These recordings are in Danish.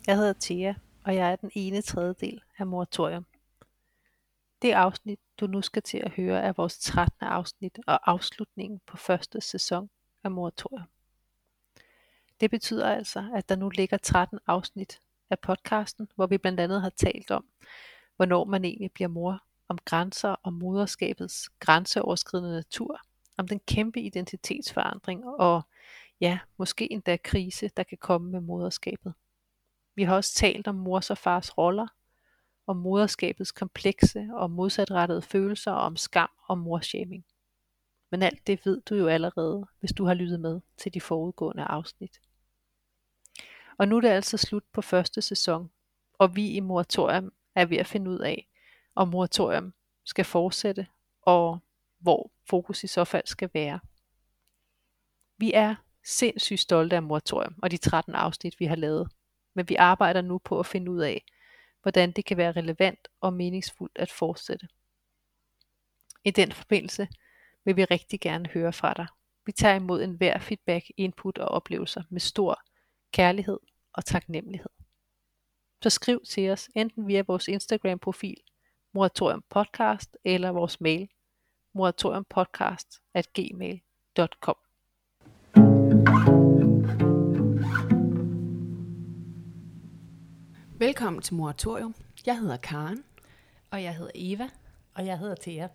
Jeg hedder Thea, og jeg er den ene tredjedel af Moratorium. Det afsnit, du nu skal til at høre, er vores 13. afsnit og afslutningen på første sæson af Moratorium. Det betyder altså, at der nu ligger 13 afsnit af podcasten, hvor vi blandt andet har talt om, hvornår man egentlig bliver mor, om grænser og moderskabets grænseoverskridende natur, om den kæmpe identitetsforandring og ja, måske endda krise, der kan komme med moderskabet. Vi har også talt om mors og fars roller, om moderskabets komplekse og modsatrettede følelser og om skam og morshaming. Men alt det ved du jo allerede, hvis du har lyttet med til de forudgående afsnit. Og nu er det altså slut på første sæson, og vi i Moratorium er ved at finde ud af, om Moratorium skal fortsætte, og hvor fokus i så fald skal være. Vi er sindssygt stolte af Moratorium og de 13 afsnit, vi har lavet, men vi arbejder nu på at finde ud af, hvordan det kan være relevant og meningsfuldt at fortsætte. I den forbindelse vil vi rigtig gerne høre fra dig. Vi tager imod enhver feedback, input og oplevelser med stor kærlighed og taknemmelighed. Så skriv til os enten via vores Instagram-profil Moratorium Podcast eller vores mail moratoriumpodcast@gmail.com. Velkommen til Moratorium. Jeg hedder Karen. Og jeg hedder Eva. Og jeg hedder Thea.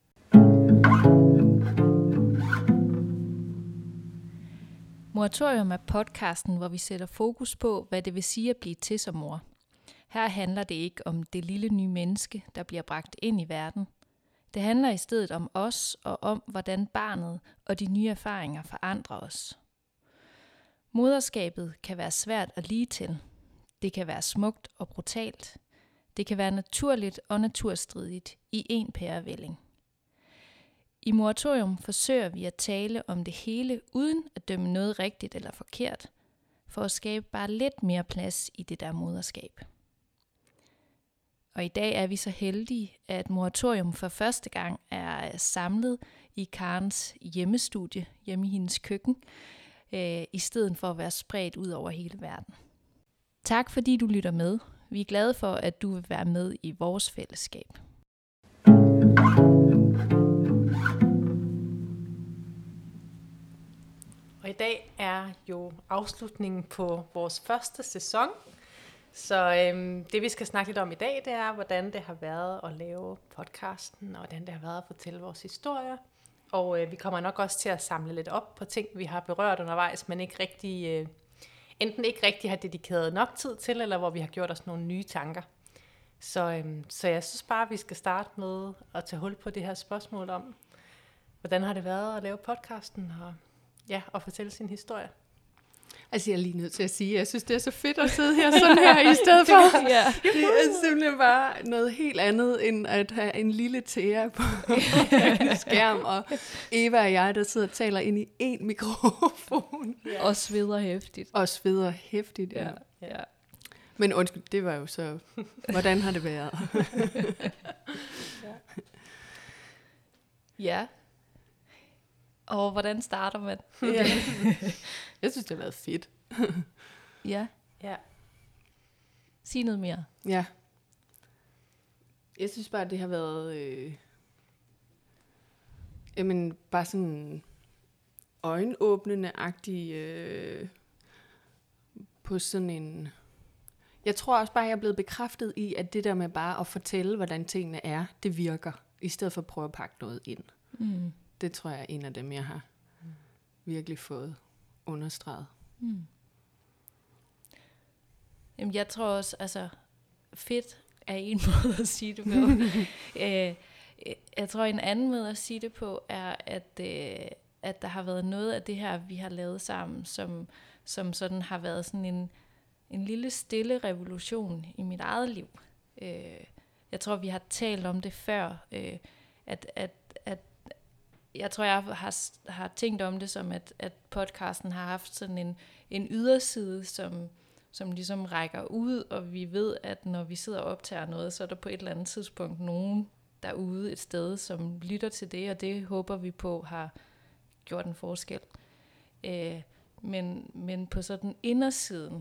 Moratorium er podcasten, hvor vi sætter fokus på, hvad det vil sige at blive til som mor. Her handler det ikke om det lille nye menneske, der bliver bragt ind i verden. Det handler i stedet om os og om, hvordan barnet og de nye erfaringer forandrer os. Moderskabet kan være svært at lige til. Det kan være smukt og brutalt. Det kan være naturligt og naturstridigt i en pærevælling. I Moratorium forsøger vi at tale om det hele, uden at dømme noget rigtigt eller forkert, for at skabe bare lidt mere plads i det der moderskab. Og i dag er vi så heldige, at Moratorium for første gang er samlet i Karens hjemmestudie, hjemme i hendes køkken, i stedet for at være spredt ud over hele verden. Tak fordi du lytter med. Vi er glade for, at du vil være med i vores fællesskab. Og i dag er jo afslutningen på vores første sæson. Så det vi skal snakke lidt om i dag, det er, hvordan det har været at lave podcasten, og hvordan det har været at fortælle vores historier. Og vi kommer nok også til at samle lidt op på ting, vi har berørt undervejs, men ikke rigtig, enten ikke rigtig har dedikeret nok tid til, eller hvor vi har gjort os nogle nye tanker. Så jeg synes bare, vi skal starte med at tage hul på det her spørgsmål om, hvordan har det været at lave podcasten, og fortælle sin historie. Altså, jeg er lige nødt til at sige, at jeg synes, det er så fedt at sidde her sådan her i stedet for. Ja. Det er simpelthen bare noget helt andet, end at have en lille Thea på en skærm, og Eva og jeg, der sidder og taler ind i én mikrofon. Ja. Og sveder hæftigt. Og sveder hæftigt, ja. Ja. Men undskyld, det var jo så, hvordan har det været? Ja. Og hvordan starter man? Ja. Jeg synes, det har været fedt. Ja. Ja. Sig noget mere. Ja. Jeg synes bare, det har været bare sådan øjenåbnende-agtig på sådan en... Jeg tror også bare, jeg er blevet bekræftet i, at det der med bare at fortælle, hvordan tingene er, det virker, i stedet for at prøve at pakke noget ind. Mm. Det tror jeg er en af dem, jeg har virkelig fået understreget. Mm. Jamen, jeg tror også, altså, fedt er en måde at sige det på. Jeg tror, en anden måde at sige det på, er, at der har været noget af det her, vi har lavet sammen, som sådan har været sådan en lille stille revolution i mit eget liv. Jeg tror, vi har talt om det før, at jeg tror, jeg har tænkt om det som, at podcasten har haft sådan en yderside, som ligesom rækker ud, og vi ved, at når vi sidder og optager noget, så er der på et eller andet tidspunkt nogen derude et sted, som lytter til det, og det håber vi på har gjort en forskel. Men på sådan indersiden,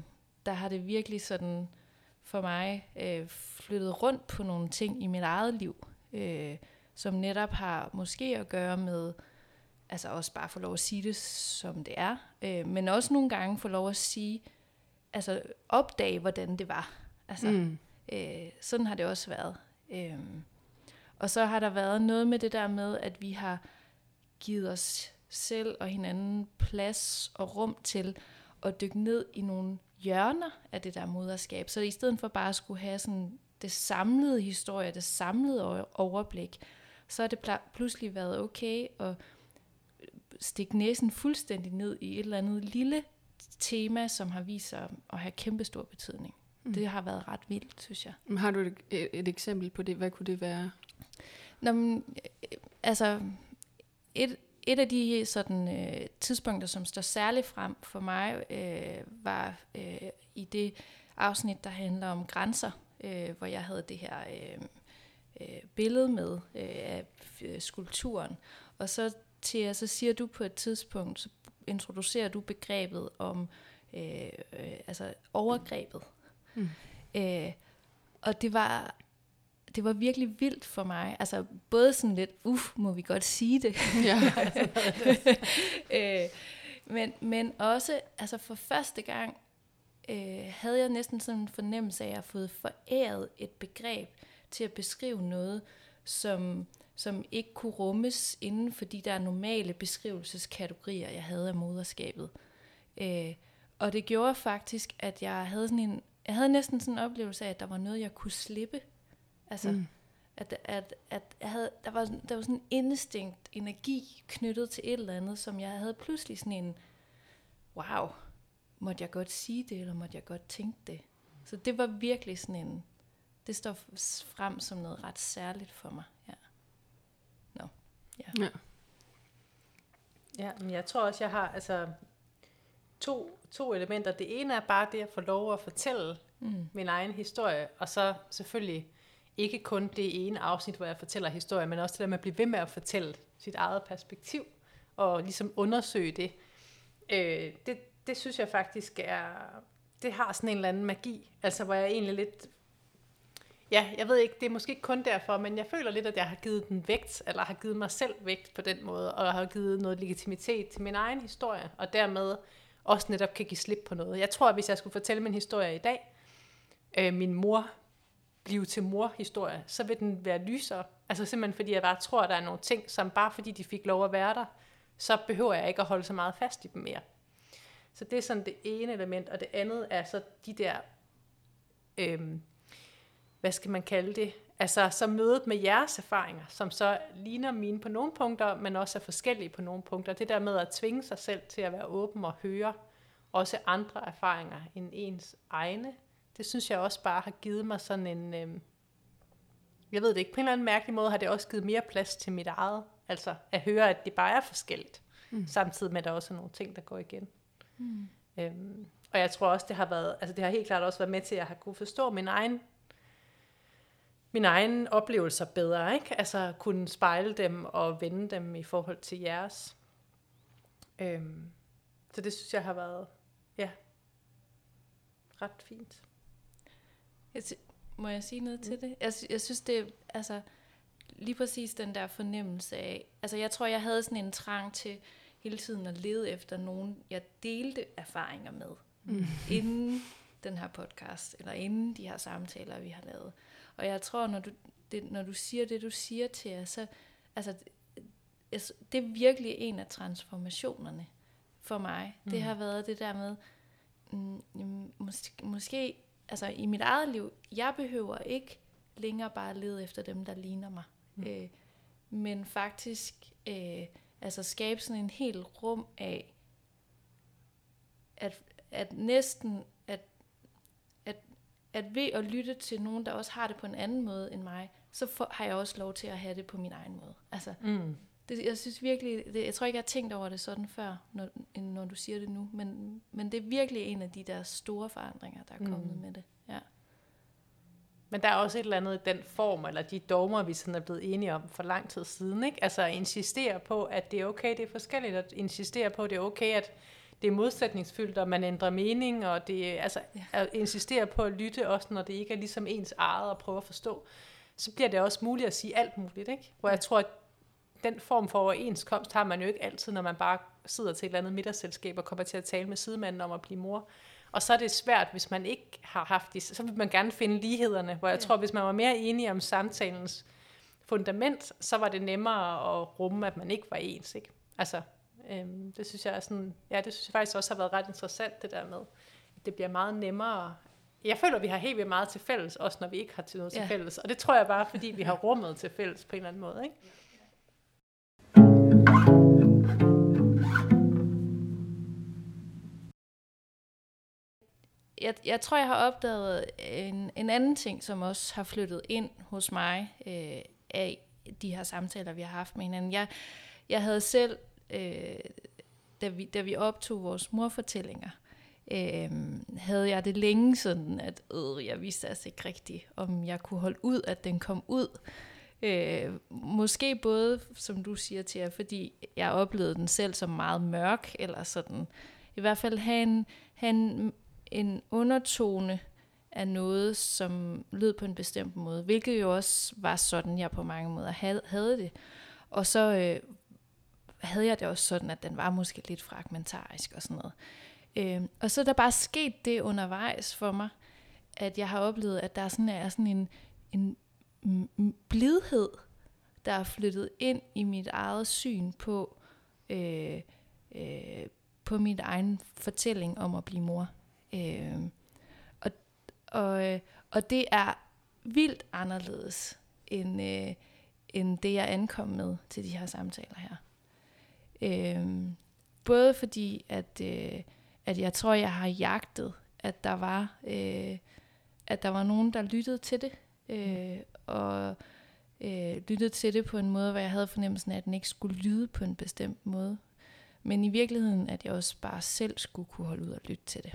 der har det virkelig sådan for mig flyttet rundt på nogle ting i mit eget liv, som netop har måske at gøre med, altså også bare få lov at sige det, som det er, men også nogle gange få lov at sige, altså opdage, hvordan det var. Altså, sådan har det også været. Og så har der været noget med det der med, at vi har givet os selv og hinanden plads og rum til at dykke ned i nogle hjørner af det der moderskab. Så i stedet for bare at skulle have sådan det samlede historie, det samlede overblik, så har det pludselig været okay at stikke næsen fuldstændig ned i et eller andet lille tema, som har vist sig at have kæmpestor betydning. Det har været ret vildt, synes jeg. Har du et eksempel på det? Hvad kunne det være? Nå, men, altså, et af de sådan, tidspunkter, som står særligt frem for mig, var i det afsnit, der handler om grænser, hvor jeg havde det her billede med af skulpturen. Og så siger du på et tidspunkt, så introducerer du begrebet om altså overgrebet. Og det var virkelig vildt for mig. Altså både sådan lidt, må vi godt sige det? Ja. men også, altså for første gang, havde jeg næsten sådan en fornemmelse af, at jeg har fået foræret et begreb til at beskrive noget, som ikke kunne rummes inden for de der normale beskrivelseskategorier, jeg havde af moderskabet. Og det gjorde faktisk, at jeg havde næsten sådan en oplevelse af, at der var noget, jeg kunne slippe. Altså, at der var sådan en indestængt energi knyttet til et eller andet, som jeg havde pludselig sådan en, wow, måtte jeg godt sige det, eller måtte jeg godt tænke det? Så det var virkelig sådan en, det står frem som noget ret særligt for mig. Ja. Ja, men jeg tror også, jeg har altså to elementer. Det ene er bare det at få lov at fortælle min egen historie, og så selvfølgelig ikke kun det ene afsnit, hvor jeg fortæller historie, men også det der med at blive ved med at fortælle sit eget perspektiv, og ligesom undersøge det. Det synes jeg faktisk det har sådan en eller anden magi, altså hvor jeg egentlig lidt, ja, jeg ved ikke, det er måske ikke kun derfor, men jeg føler lidt, at jeg har givet den vægt, eller har givet mig selv vægt på den måde, og har givet noget legitimitet til min egen historie, og dermed også netop kan give slip på noget. Jeg tror, at hvis jeg skulle fortælle min historie i dag, min mor blive til mor-historie, så vil den være lysere. Altså simpelthen fordi jeg bare tror, at der er nogle ting, som bare fordi de fik lov at være der, så behøver jeg ikke at holde så meget fast i dem mere. Så det er sådan det ene element, og det andet er så de der, hvad skal man kalde det? Altså så mødet med jeres erfaringer, som så ligner mine på nogle punkter, men også er forskellige på nogle punkter. Det der med at tvinge sig selv til at være åben og høre også andre erfaringer end ens egne, det synes jeg også bare har givet mig sådan en, jeg ved det ikke, på en eller anden mærkelig måde har det også givet mere plads til mit eget. Altså at høre, at det bare er forskelligt, samtidig med at der også er nogle ting, der går igen. Og jeg tror også, det har været, altså det har helt klart også været med til, at jeg har kunne forstå min egen oplevelser bedre, ikke? Altså kunne spejle dem og vende dem i forhold til jeres. Så det synes jeg har været, ja, ret fint. Må jeg sige noget til det? Jeg synes, det er altså, lige præcis den der fornemmelse af, altså jeg tror, jeg havde sådan en trang til hele tiden at lede efter nogen, jeg delte erfaringer med, inden den her podcast, eller inden de her samtaler, vi har lavet. Og jeg tror, når du siger det, du siger til os, så altså, det er virkelig en af transformationerne for mig. Det har været det der med, måske altså i mit eget liv, jeg behøver ikke længere bare lede efter dem, der ligner mig. Men faktisk altså skabe sådan en hel rum af, at næsten, at ved at lytte til nogen, der også har det på en anden måde end mig, så har jeg også lov til at have det på min egen måde. Altså, jeg synes virkelig, jeg tror ikke, jeg har tænkt over det sådan før, når du siger det nu, men det er virkelig en af de der store forandringer, der er kommet med det. Ja. Men der er også et eller andet i den form, eller de dogmer, vi sådan er blevet enige om for lang tid siden, ikke? Altså at insistere på, at det er okay, det er forskelligt, at insistere på, at det er okay, at det er modsætningsfyldt, og man ændrer mening, og det altså, at insistere på at lytte, også når det ikke er ligesom ens eget og prøve at forstå, så bliver det også muligt at sige alt muligt, ikke? Hvor jeg tror, at den form for overenskomst har man jo ikke altid, når man bare sidder til et eller andet middagsselskab og kommer til at tale med sidemanden om at blive mor. Og så er det svært, hvis man ikke har haft det, så vil man gerne finde lighederne, hvor jeg tror, hvis man var mere enig om samtalens fundament, så var det nemmere at rumme, at man ikke var ens, ikke? Altså, det synes jeg er sådan, ja, det synes jeg faktisk også har været ret interessant, det der med, at det bliver meget nemmere. Jeg føler, at vi har helt vildt meget til fælles, også når vi ikke har til noget til fælles. Og det tror jeg bare, fordi vi har rummet til fælles på en eller anden måde, ikke? Jeg tror, jeg har opdaget en anden ting, som også har flyttet ind hos mig af de her samtaler, vi har haft med hinanden. Jeg havde selv, da vi optog vores morfortællinger, havde jeg det længe sådan, at jeg vidste altså ikke rigtigt, om jeg kunne holde ud, at den kom ud. Måske både, som du siger, Thea, fordi jeg oplevede den selv som meget mørk, eller sådan, i hvert fald have en undertone af noget, som lød på en bestemt måde, hvilket jo også var sådan, jeg på mange måder havde det. Og så havde jeg det også sådan, at den var måske lidt fragmentarisk og sådan noget. Og så er der bare sket det undervejs for mig, at jeg har oplevet, at der er sådan en blidhed, der er flyttet ind i mit eget syn på min egen fortælling om at blive mor. Og det er vildt anderledes end det, jeg ankom med til de her samtaler her. Både fordi, at jeg tror, jeg har jagtet, at der var nogen, der lyttede til det, og lyttede til det på en måde, hvor jeg havde fornemmelsen af, at den ikke skulle lyde på en bestemt måde. Men i virkeligheden, at jeg også bare selv skulle kunne holde ud og lytte til det.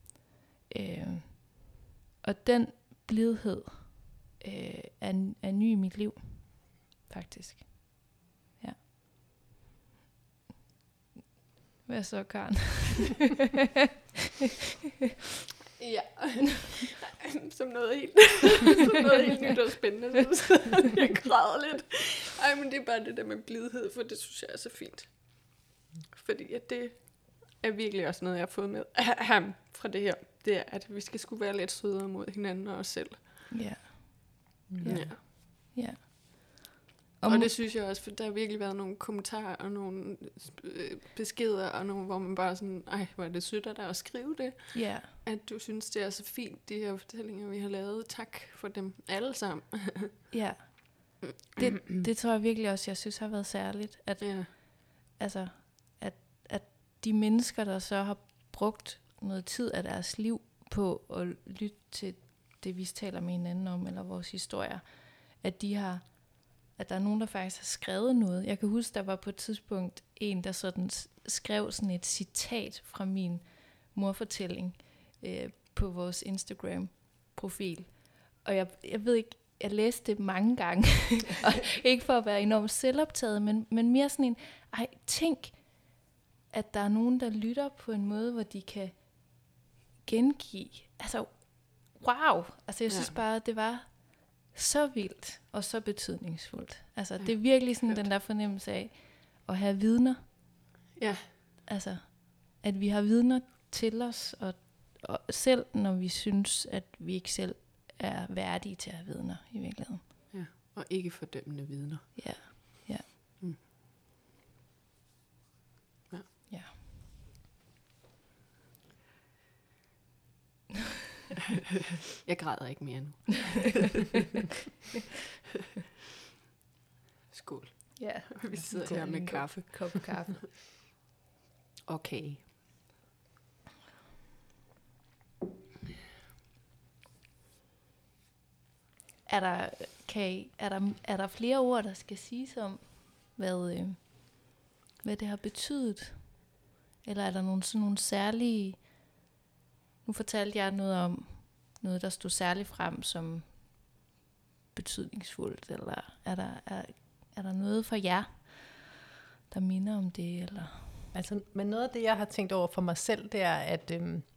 Og den blidhed er ny i mit liv, faktisk. Ja. Hvad så, Karen? Ja, som noget helt nyt og spændende. Så jeg græder lidt. Ej, men det er bare det der med blidhed, for det synes jeg er så fint. Fordi at det er virkelig også noget, jeg har fået med fra det her. Det er, at vi skal sgu være lidt sødere mod hinanden og os selv. Ja. Ja. Og det synes jeg også, for der har virkelig været nogle kommentarer og nogle beskeder, og nogle, hvor man bare sådan, ej, hvor er det sødt af dig at skrive det. Ja. At du synes, det er så fint, de her fortællinger, vi har lavet. Tak for dem alle sammen. Ja. Det tror jeg virkelig også, jeg synes har været særligt. At, altså, at de mennesker, der så har brugt noget tid af deres liv på at lytte til det, vi taler med hinanden om, eller vores historier, at der er nogen, der faktisk har skrevet noget. Jeg kan huske, der var på et tidspunkt en, der sådan skrev sådan et citat fra min morfortælling på vores Instagram-profil. Og jeg ved ikke, jeg læste det mange gange, og ikke for at være enormt selvoptaget, men mere sådan tænk, at der er nogen, der lytter på en måde, hvor de kan gengive. Altså, wow! Altså, jeg synes bare, det var så vildt og så betydningsfuldt. Altså, det er virkelig sådan den der fornemmelse af at have vidner. Ja. Altså, at vi har vidner til os, og selv når vi synes, at vi ikke selv er værdige til at have vidner i virkeligheden. Ja, og ikke fordømmende vidner. Ja, ja. Mm. Ja. Jeg græder ikke mere nu. Skål. Ja. Vi sidder her med kaffe. Kop kaffe. Okay. Er der flere ord, der skal siges om, hvad det har betydet? Eller er der nogle særlige... Nu fortalte jeg noget om noget, der stod særligt frem som betydningsfuldt. Eller er der noget for jer, der minder om det? Eller? Altså, men noget af det, jeg har tænkt over for mig selv, det er, at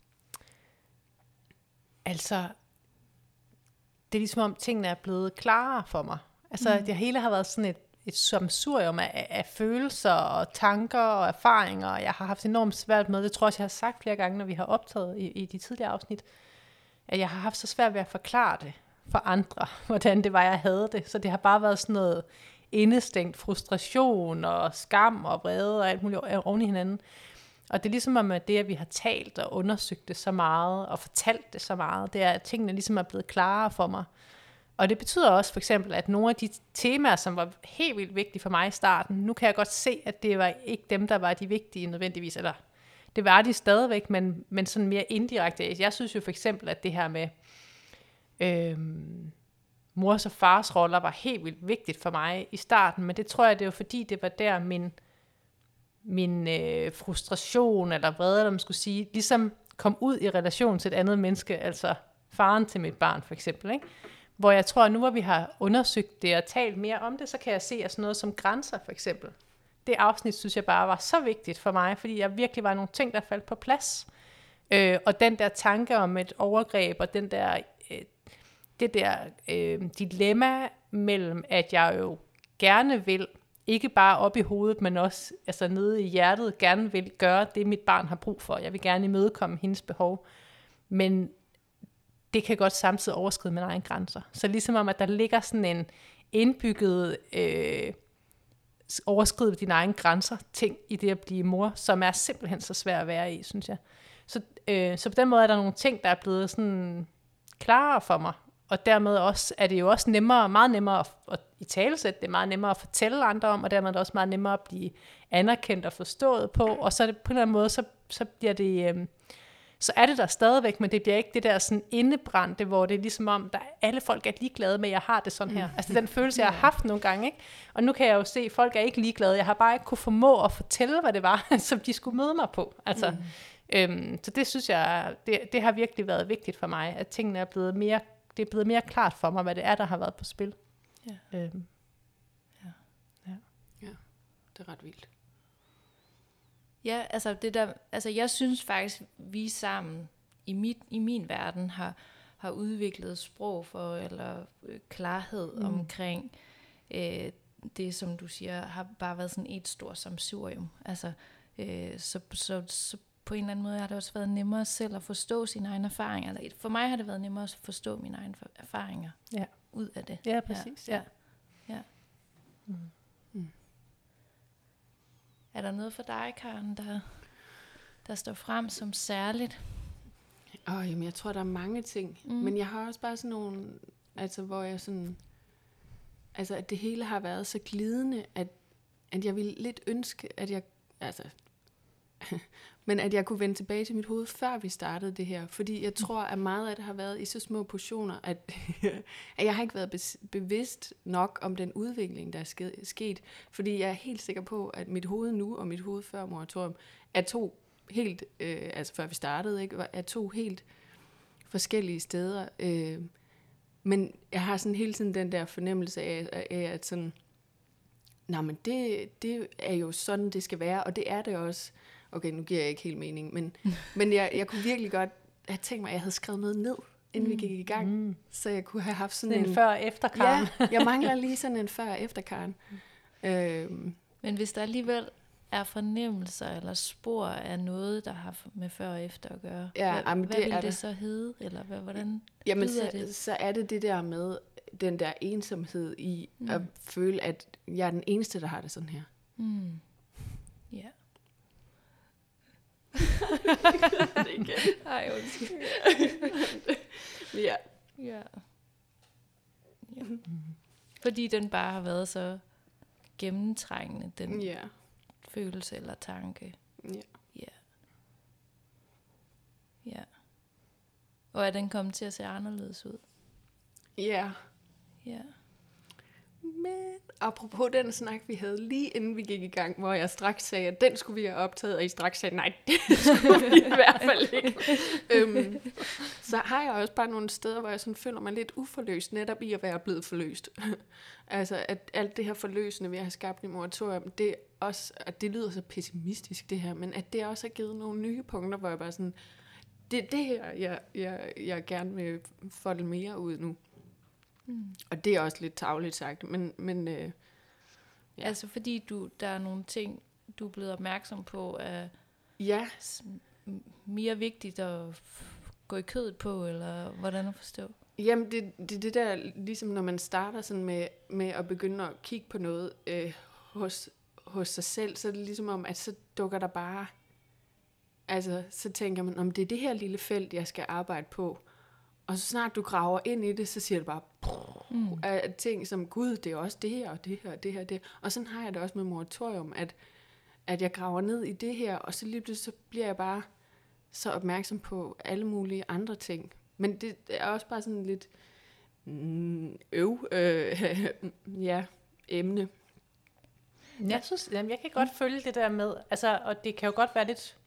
altså, det er ligesom om tingene er blevet klarere for mig. Altså, det hele har været sådan et sammensurium af følelser og tanker og erfaringer, og jeg har haft enormt svært med, det tror jeg også, jeg har sagt flere gange, når vi har optaget i de tidligere afsnit, at jeg har haft så svært ved at forklare det for andre, hvordan det var, jeg havde det. Så det har bare været sådan noget indestængt frustration og skam og vrede og alt muligt oven i hinanden. Og det er ligesom om, at det, at vi har talt og undersøgt det så meget og fortalt det så meget, det er, at tingene ligesom er blevet klarere for mig. Og det betyder også for eksempel, at nogle af de temaer, som var helt vildt vigtige for mig i starten, nu kan jeg godt se, at det var ikke dem, der var de vigtige nødvendigvis, eller det var de stadigvæk, men sådan mere indirekte. Jeg synes jo for eksempel, at det her med mors og fars roller var helt vildt vigtigt for mig i starten, men det tror jeg, det var fordi, det var der min frustration eller vrede, eller man skulle sige, ligesom kom ud i relation til et andet menneske, altså faren til mit barn for eksempel, ikke? Hvor jeg tror, at nu hvor vi har undersøgt det og talt mere om det, så kan jeg se, at sådan noget som grænser for eksempel, det afsnit synes jeg bare var så vigtigt for mig, fordi jeg virkelig var nogle ting, der faldt på plads. Og den der tanke om et overgreb, og den der, det der dilemma mellem, at jeg jo gerne vil, ikke bare op i hovedet, men også altså nede i hjertet, gerne vil gøre det, mit barn har brug for. Jeg vil gerne imødekomme hendes behov. Men det kan godt samtidig overskride mine egne grænser. Så ligesom om, at der ligger sådan en indbygget overskride dine egne grænser ting i det at blive mor, som er simpelthen så svært at være i, synes jeg. Så på den måde er der nogle ting, der er blevet sådan klarere for mig. Og dermed også, er det jo også nemmere, meget nemmere at italesætte, det er meget nemmere at fortælle andre om, og dermed er det også meget nemmere at blive anerkendt og forstået på. Og så er det på en eller anden måde, så bliver det... så er det der stadigvæk, men det bliver ikke det der sådan indebrændte, hvor det er ligesom om, alle folk er ligeglade med, at jeg har det sådan her. Altså den følelse, jeg har haft nogle gange, ikke? Og nu kan jeg jo se, at folk er ikke ligeglade. Jeg har bare ikke kunne formå at fortælle, hvad det var, som de skulle møde mig på. Altså, så det synes jeg, det har virkelig været vigtigt for mig, at tingene er blevet mere, det er blevet mere klart for mig, hvad det er, der har været på spil. Ja. Ja, det er ret vildt. Ja, altså det der, altså jeg synes faktisk, vi sammen i min verden har udviklet sprog for, eller klarhed omkring det, som du siger, har bare været sådan et stort sammensurium. Altså, så på en eller anden måde har det også været nemmere selv at forstå sine egne erfaringer. Eller for mig har det været nemmere at forstå mine egne erfaringer ud af det. Ja, præcis. Ja. Er der noget for dig, Karen, der står frem som særligt? Jamen, jeg tror, der er mange ting. Men jeg har også bare sådan nogle, altså hvor jeg sådan, altså at det hele har været så glidende, at jeg ville lidt ønske, at jeg, altså, men at jeg kunne vende tilbage til mit hoved, før vi startede det her. Fordi jeg tror, at meget af det har været i så små portioner, at jeg har ikke været bevidst nok om den udvikling, der er sket. Fordi jeg er helt sikker på, at mit hoved nu og mit hoved før moratorium er to helt, altså før vi startede, ikke, er to helt forskellige steder. Men jeg har sådan hele tiden den der fornemmelse af at sådan, nej, men det er jo sådan, det skal være, og det er det også. Okay, nu giver jeg ikke helt mening, men jeg kunne virkelig godt have tænkt mig, at jeg havde skrevet noget ned, inden vi gik i gang, så jeg kunne have haft sådan en før-efter Karen. Ja, jeg mangler lige sådan en før-efter Karen. Men hvis der alligevel er fornemmelser eller spor af noget, der har med før og efter at gøre, hvad vil det så hedde? Eller hvordan lyder det? Så er det der med den der ensomhed i at føle, at jeg er den eneste, der har det sådan her. Ja. Igen. Ej, undskyld. Ja. Ja. Fordi den bare har været så gennemtrængende, den følelse eller tanke. Ja. Og er den kommet til at se anderledes ud? Ja. Ja. Men apropos den snak, vi havde lige inden vi gik i gang, hvor jeg straks sagde, at den skulle vi have optaget, og I straks sagde, nej, det skulle vi i hvert fald ikke. Så har jeg også bare nogle steder, hvor jeg sådan føler mig lidt uforløst, netop i at være blevet forløst. Altså, at alt det her forløsende, vi har skabt i moratorium, det også, og det lyder så pessimistisk det her, men at det også har givet nogle nye punkter, hvor jeg bare sådan, det er det her, jeg gerne vil folde mere ud nu. Og det er også lidt tarveligt sagt, men ja. Altså fordi der er nogle ting, du er blevet opmærksom på, er mere vigtigt at gå i kødet på, eller hvordan at forstå? Jamen, det der, ligesom når man starter sådan med at begynde at kigge på noget hos sig selv, så er det ligesom om, at så dukker der bare, altså så tænker man, om det er det her lille felt, jeg skal arbejde på. Og så snart du graver ind i det, så siger det bare, af ting som, gud, det er også det her, og det her, og det her, det. Og sådan har jeg det også med moratorium, at jeg graver ned i det her, og så lige pludselig så bliver jeg bare så opmærksom på alle mulige andre ting. Men det er også bare sådan lidt emne. Jeg synes, jeg kan godt følge det der med, altså, og det kan jo godt være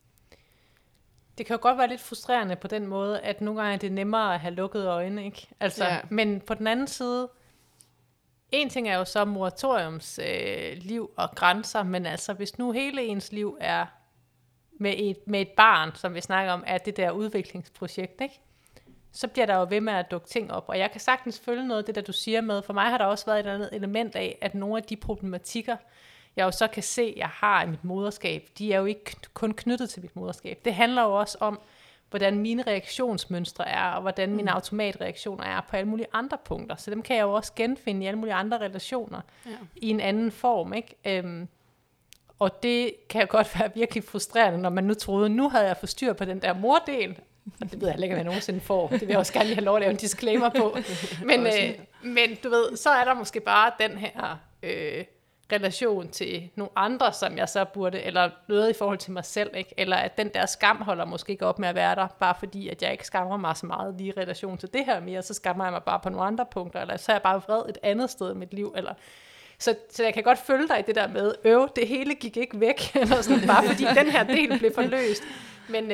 lidt frustrerende på den måde, at nogle gange er det nemmere at have lukkede øjne, ikke? Altså, ja. Men på den anden side, en ting er jo så moratoriums liv og grænser, men altså, hvis nu hele ens liv er med et barn, som vi snakker om, er det der udviklingsprojekt, ikke? Så bliver der jo ved med at dukke ting op, og jeg kan sagtens følge noget af det, der du siger med. For mig har der også været et andet element af, at nogle af de problematikker, jeg jo så kan se, jeg har i mit moderskab, de er jo ikke kun knyttet til mit moderskab. Det handler jo også om, hvordan mine reaktionsmønstre er, og hvordan mine automatreaktioner er på alle mulige andre punkter. Så dem kan jeg jo også genfinde i alle mulige andre relationer, i en anden form, ikke? Og det kan jo godt være virkelig frustrerende, når man nu troede, nu havde jeg fået styr på den der mordel, og det ved jeg ikke, om jeg nogensinde får. Det vil jeg også gerne lige have lov at lave en disclaimer på. Men du ved, så er der måske bare den her relation til nogle andre, som jeg så burde, eller noget i forhold til mig selv, ikke? Eller at den der skam holder måske ikke op med at være der, bare fordi, at jeg ikke skammer mig så meget lige i relation til det her mere, så skammer jeg mig bare på nogle andre punkter, eller så er jeg bare vred et andet sted i mit liv, eller... Så jeg kan godt følge dig i det der med, det hele gik ikke væk, eller sådan, bare fordi den her del blev forløst. Men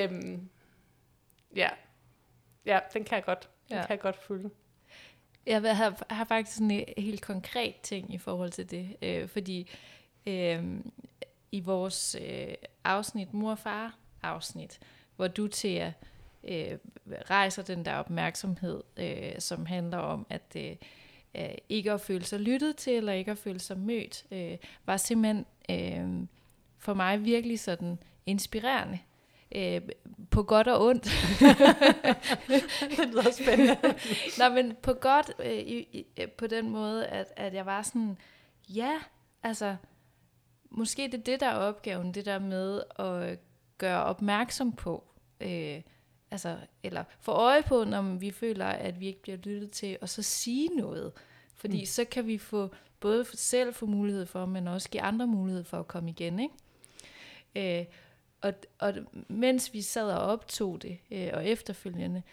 den kan jeg godt følge. Jeg har faktisk sådan en helt konkret ting i forhold til det, fordi i vores afsnit, mor og far afsnit, hvor du til rejser den der opmærksomhed, som handler om, at ikke at føle sig lyttet til, eller ikke at føle sig mødt, var simpelthen for mig virkelig sådan inspirerende. På godt og ondt. Det lyder spændende. Nå, men på godt, på den måde, at jeg var sådan, altså, måske det er det, der er opgaven, det der med at gøre opmærksom på, altså, eller få øje på, når vi føler, at vi ikke bliver lyttet til, og så sige noget. Fordi så kan vi både selv få mulighed for, men også give andre mulighed for at komme igen, ikke? Og mens vi sad og optog det, og efterfølgende,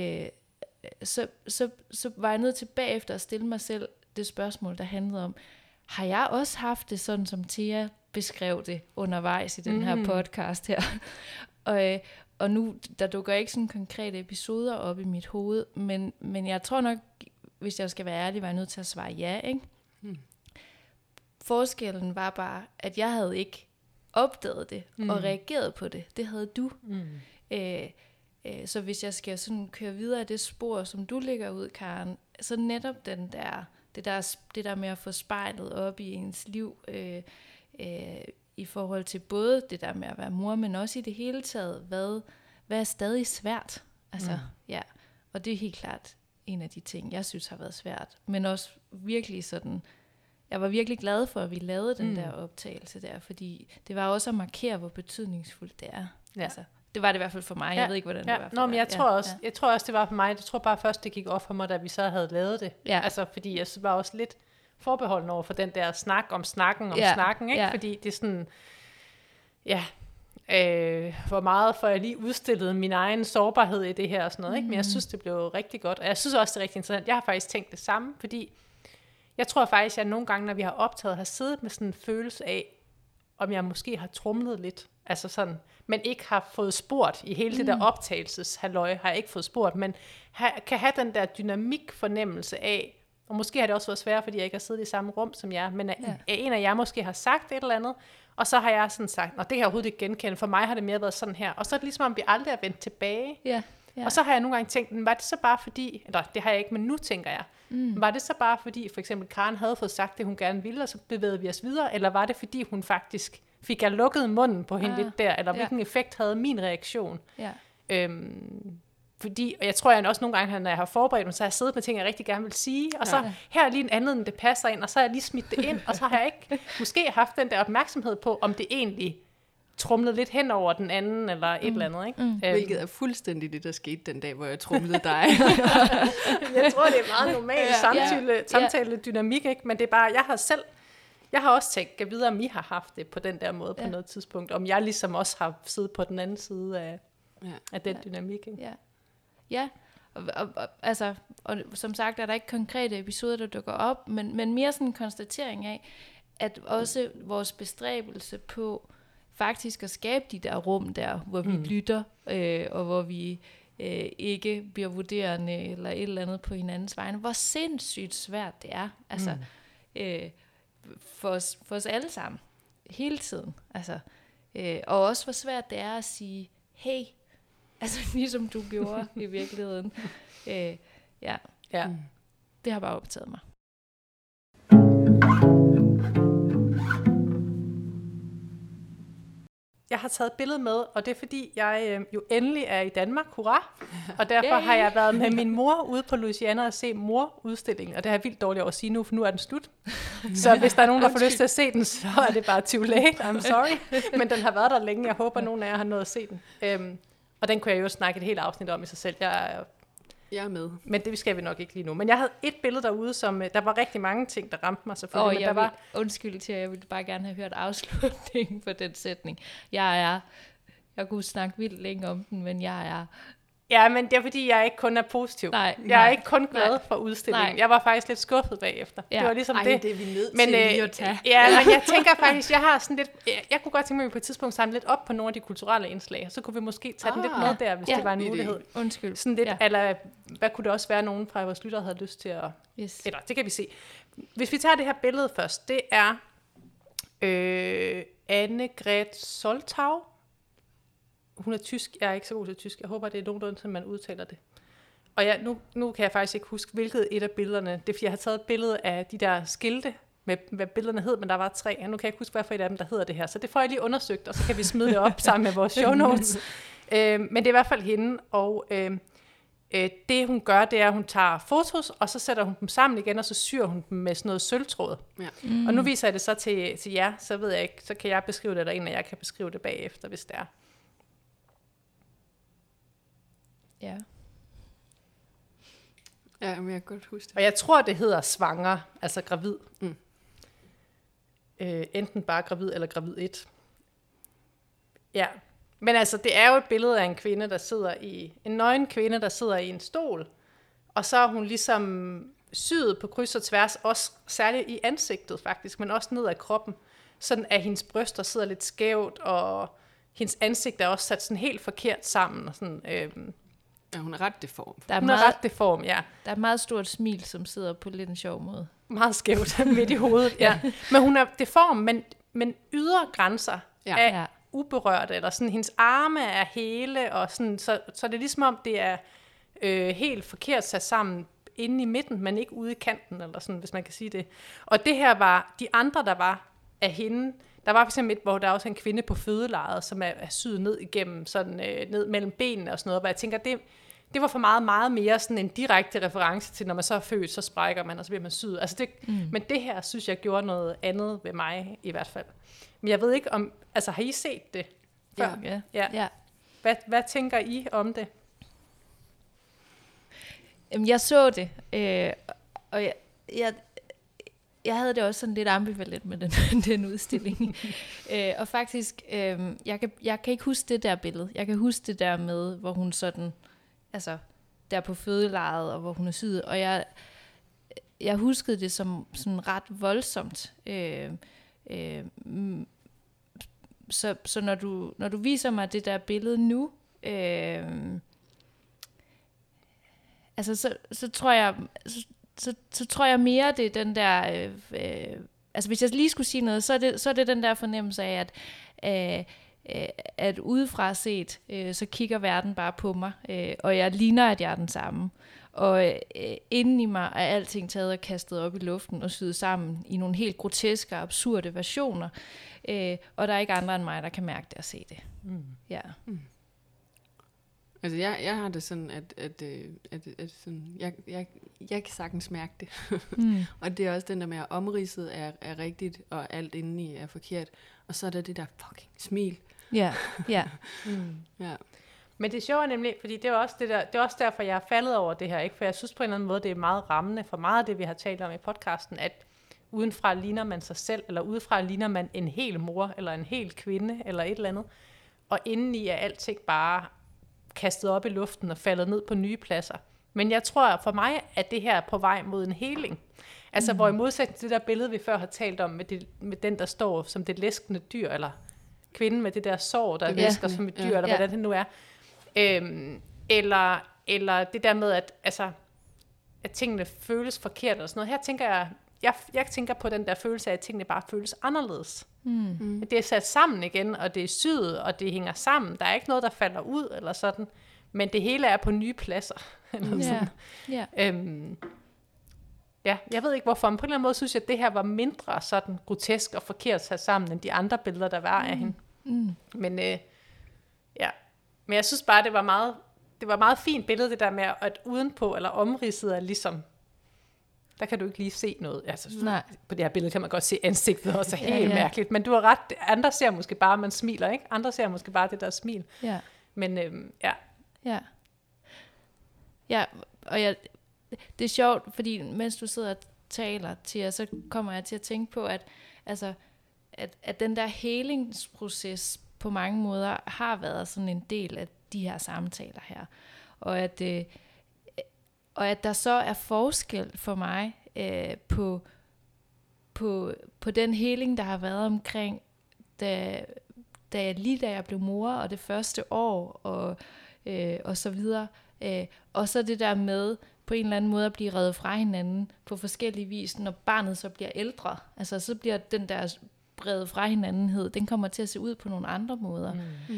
så var jeg nødt til bagefter at stille mig selv det spørgsmål, der handlede om, har jeg også haft det sådan, som Thea beskrev det undervejs i den her podcast her? Og nu, der dukker ikke sådan konkrete episoder op i mit hoved, men jeg tror nok, hvis jeg skal være ærlig, var jeg nødt til at svare ja, ikke? Forskellen var bare, at jeg havde ikke opdaget det og reageret på det. Det havde du. Så hvis jeg skal sådan køre videre af det spor, som du lægger ud, Karen, så netop det der med at få spejlet op i ens liv, i forhold til både det der med at være mor, men også i det hele taget, hvad er stadig svært? Altså, og det er helt klart en af de ting, jeg synes har været svært, men også virkelig sådan, jeg var virkelig glad for, at vi lavede den der optagelse der, fordi det var også at markere, hvor betydningsfuldt det er. Ja. Altså, det var det i hvert fald for mig. Jeg ved ikke, hvordan det var for dig. Men jeg tror også, det var for mig. Jeg tror bare først, det gik op for mig, da vi så havde lavet det. Ja. Altså, fordi jeg var også lidt forbeholden over for den der snak om snakken, snakken, ikke? Ja. Fordi det er sådan, hvor meget får jeg lige udstillet min egen sårbarhed i det her og sådan noget, ikke? Men jeg synes, det blev rigtig godt. Og jeg synes også, det er rigtig interessant. Jeg har faktisk tænkt det samme, fordi Jeg tror faktisk, at nogle gange, når vi har optaget, har siddet med sådan en følelse af, om jeg måske har trumlet lidt, altså sådan, men ikke har fået spurgt i hele det der optagelseshalløj, har jeg ikke fået spurgt, men kan have den der dynamik-fornemmelse af, og måske har det også været svært, fordi jeg ikke har siddet i samme rum som jer, men en af jer måske har sagt et eller andet, og så har jeg sådan sagt, det kan jeg overhovedet ikke genkende, for mig har det mere været sådan her, og så er det ligesom, om vi aldrig er vendt tilbage. Ja. Og så har jeg nogle gange tænkt, var det så bare fordi, eller det har jeg ikke, men nu tænker jeg, var det så bare fordi, for eksempel Karen havde fået sagt det, hun gerne ville, og så bevægede vi os videre, eller var det fordi, hun faktisk fik jeg lukket munden på hende lidt der, eller hvilken effekt havde min reaktion? Ja. Fordi, og jeg tror, jeg også nogle gange, når jeg har forberedt mig, så har jeg siddet med ting, jeg rigtig gerne vil sige, og så her er lige en anden, det passer ind, og så har jeg lige smidt det ind, og så har jeg ikke måske haft den der opmærksomhed på, om det egentlig trumlede lidt hen over den anden, eller et eller andet. Ikke? Hvilket er fuldstændig det, der skete den dag, hvor jeg trumlede dig. Jeg tror, det er meget normal samtale-dynamik, ikke? Men det er bare, jeg har også tænkt, at videre, om I har haft det på den der måde på noget tidspunkt, om jeg ligesom også har siddet på den anden side af den dynamik. Ikke? Ja. Og som sagt er der ikke konkrete episoder, der dukker op, men mere sådan en konstatering af, at også vores bestræbelse på faktisk at skabe de der rum der, hvor vi lytter, og hvor vi ikke bliver vurderende eller et eller andet på hinandens vegne. Hvor sindssygt svært det er, altså for os alle sammen, hele tiden. Altså, og også hvor svært det er at sige, hey, altså ligesom du gjorde i virkeligheden. Det har bare optaget mig. Jeg har taget et billede med, og det er fordi, jeg jo endelig er i Danmark, hurra! Og derfor har jeg været med min mor ude på Louisiana og se mor-udstillingen, og det har jeg vildt dårligt over at sige nu, for nu er den slut. Så hvis der er nogen, der får lyst til at se den, så er det bare too late, I'm sorry. Men den har været der længe, jeg håber, nogen af jer har nået at se den. Og den kunne jeg jo snakke et helt afsnit om i sig selv. Jeg er med. Men det skal vi nok ikke lige nu. Men jeg havde et billede derude, som der var rigtig mange ting, der ramte mig selvfølgelig. Men der undskyld til, jeg ville bare gerne have hørt afslutningen på den sætning. Jeg kunne snakke vildt længe om den, men jeg er... Ja, men det er fordi, jeg ikke kun er positiv. Jeg er ikke kun glad for udstillingen. Jeg var faktisk lidt skuffet bagefter. Det var ligesom det. Det er vi nødt til lige at tage. Ja, men jeg tænker faktisk, jeg har sådan lidt... Jeg kunne godt tænke mig, at vi på et tidspunkt samle lidt op på nogle af de kulturelle indslag, så kunne vi måske tage den lidt med der, hvis det var en mulighed. Undskyld. Sådan lidt, eller hvad kunne det også være, nogen fra vores lyttere havde lyst til at... Yes. Eller, det kan vi se. Hvis vi tager det her billede først, det er Annegret Soltau. Hun er tysk. Jeg er ikke så god til tysk. Jeg håber, det er nogenlunde, som man udtaler det. Og nu kan jeg faktisk ikke huske, hvilket et af billederne. Det er, fordi jeg har taget et billede af de der skilte, med hvad billederne hed, men der var 3. Og nu kan jeg ikke huske, hvad for et af dem, der hedder det her. Så det får jeg lige undersøgt, og så kan vi smide det op sammen med vores show notes. Men det er i hvert fald hende, og det hun gør, det er, at hun tager fotos, og så sætter hun dem sammen igen, og så syr hun dem med sådan noget sølvtråd. Ja. Og nu viser jeg det så til jer, så ved jeg ikke, så kan jeg beskrive det, eller en af jer kan beskrive det bagefter, hvis det er. Ja. Ja, men jeg kan godt huske det. Og jeg tror, det hedder svanger, altså gravid. Enten bare gravid eller gravid 1. Ja, men altså, det er jo et billede af en kvinde, der sidder en nøgen kvinde, der sidder i en stol. Og så er hun ligesom syet på kryds og tværs, også særligt i ansigtet faktisk, men også ned ad kroppen. Sådan at hendes bryster sidder lidt skævt, og hendes ansigt er også sat sådan helt forkert sammen. Og sådan, ja, hun er ret deform. Hun er ret deform, ja. Der er et meget stort smil, som sidder på lidt en sjov måde. Meget skævt midt i hovedet, ja. Men hun er deform, men ydre grænser er uberørte, eller sådan, hendes arme er hele, og sådan, så det er ligesom om, det er helt forkert sat sammen inde i midten, men ikke ude i kanten, eller sådan, hvis man kan sige det. Og det her var, de andre, der var af hende, der var for eksempel et, hvor der er også en kvinde på fødelejet, som er syet ned igennem, sådan ned mellem benene og sådan noget, hvor jeg tænker, det var for meget mere sådan en direkte reference til, når man så er født, så sprækker man, og så bliver man syet. Altså men det her, synes jeg, gjorde noget andet ved mig, i hvert fald. Men jeg ved ikke om, altså har I set det før? Ja. Hvad tænker I om det? Jamen, jeg så det, og jeg havde det også sådan lidt ambivalent med den udstilling. Og faktisk, jeg kan ikke huske det der billede. Jeg kan huske det der med, hvor hun sådan, altså der på fødelejet, og hvor hun er syet. Og jeg huskede det som sådan ret voldsomt. Så når du viser mig det der billede nu, altså så tror jeg mere, det er den der, altså hvis jeg lige skulle sige noget, så er det den der fornemmelse af, at udefra set, så kigger verden bare på mig, og jeg ligner, at jeg er den samme. Og inden i mig er alting taget og kastet op i luften og syet sammen i nogle helt groteske og absurde versioner. Og der er ikke andre end mig, der kan mærke det og se det. Ja. Altså jeg har det sådan, at sådan, jeg kan sagtens mærke det. Og det er også den der med, at omridset er rigtigt, og alt indeni er forkert. Og så er der det der fucking smil. Ja. Ja. Men det sjove er nemlig, fordi det er også det er også derfor, jeg er faldet over det her, ikke? For jeg synes på en eller anden måde, det er meget rammende for meget af det, vi har talt om i podcasten, at udenfra ligner man sig selv, eller udefra ligner man en hel mor, eller en hel kvinde, eller et eller andet. Og indeni er alting bare kastet op i luften og faldet ned på nye pladser. Men jeg tror for mig, at det her er på vej mod en heling. Altså hvor i modsætning til det der billede, vi før har talt om, med den, der står som det læskende dyr, eller kvinden med det der sår, der læsker som et dyr, eller hvordan det nu er. Eller det der med, at tingene føles forkert, eller sådan noget. Her tænker jeg tænker på den der følelse af, at tingene bare føles anderledes. Det er sat sammen igen, og det er syet, og det hænger sammen. Der er ikke noget, der falder ud, eller sådan. Men det hele er på nye pladser. Jeg ved ikke hvorfor, men på en eller anden måde synes jeg, at det her var mindre sådan grotesk og forkert sat sammen, end de andre billeder, der var af hende. Men men jeg synes bare, det var meget fint billede, det der med, at udenpå eller omridset er ligesom, der kan du ikke lige se noget. Altså, på det her billede kan man godt se ansigtet også er helt mærkeligt, men du har ret. Andre ser måske bare, at man smiler, ikke? Andre ser måske bare det der smil. Ja. Men Ja, og det er sjovt, fordi mens du sidder og taler til jer, så kommer jeg til at tænke på, at den der helingsproces på mange måder har været sådan en del af de her samtaler her. Og at der så er forskel for mig på den heling, der har været omkring, da jeg blev mor, og det første år, og så videre. Og så det der med på en eller anden måde at blive revet fra hinanden på forskellige vis, når barnet så bliver ældre. Altså så bliver den der revet fra hinandenhed, den kommer til at se ud på nogle andre måder.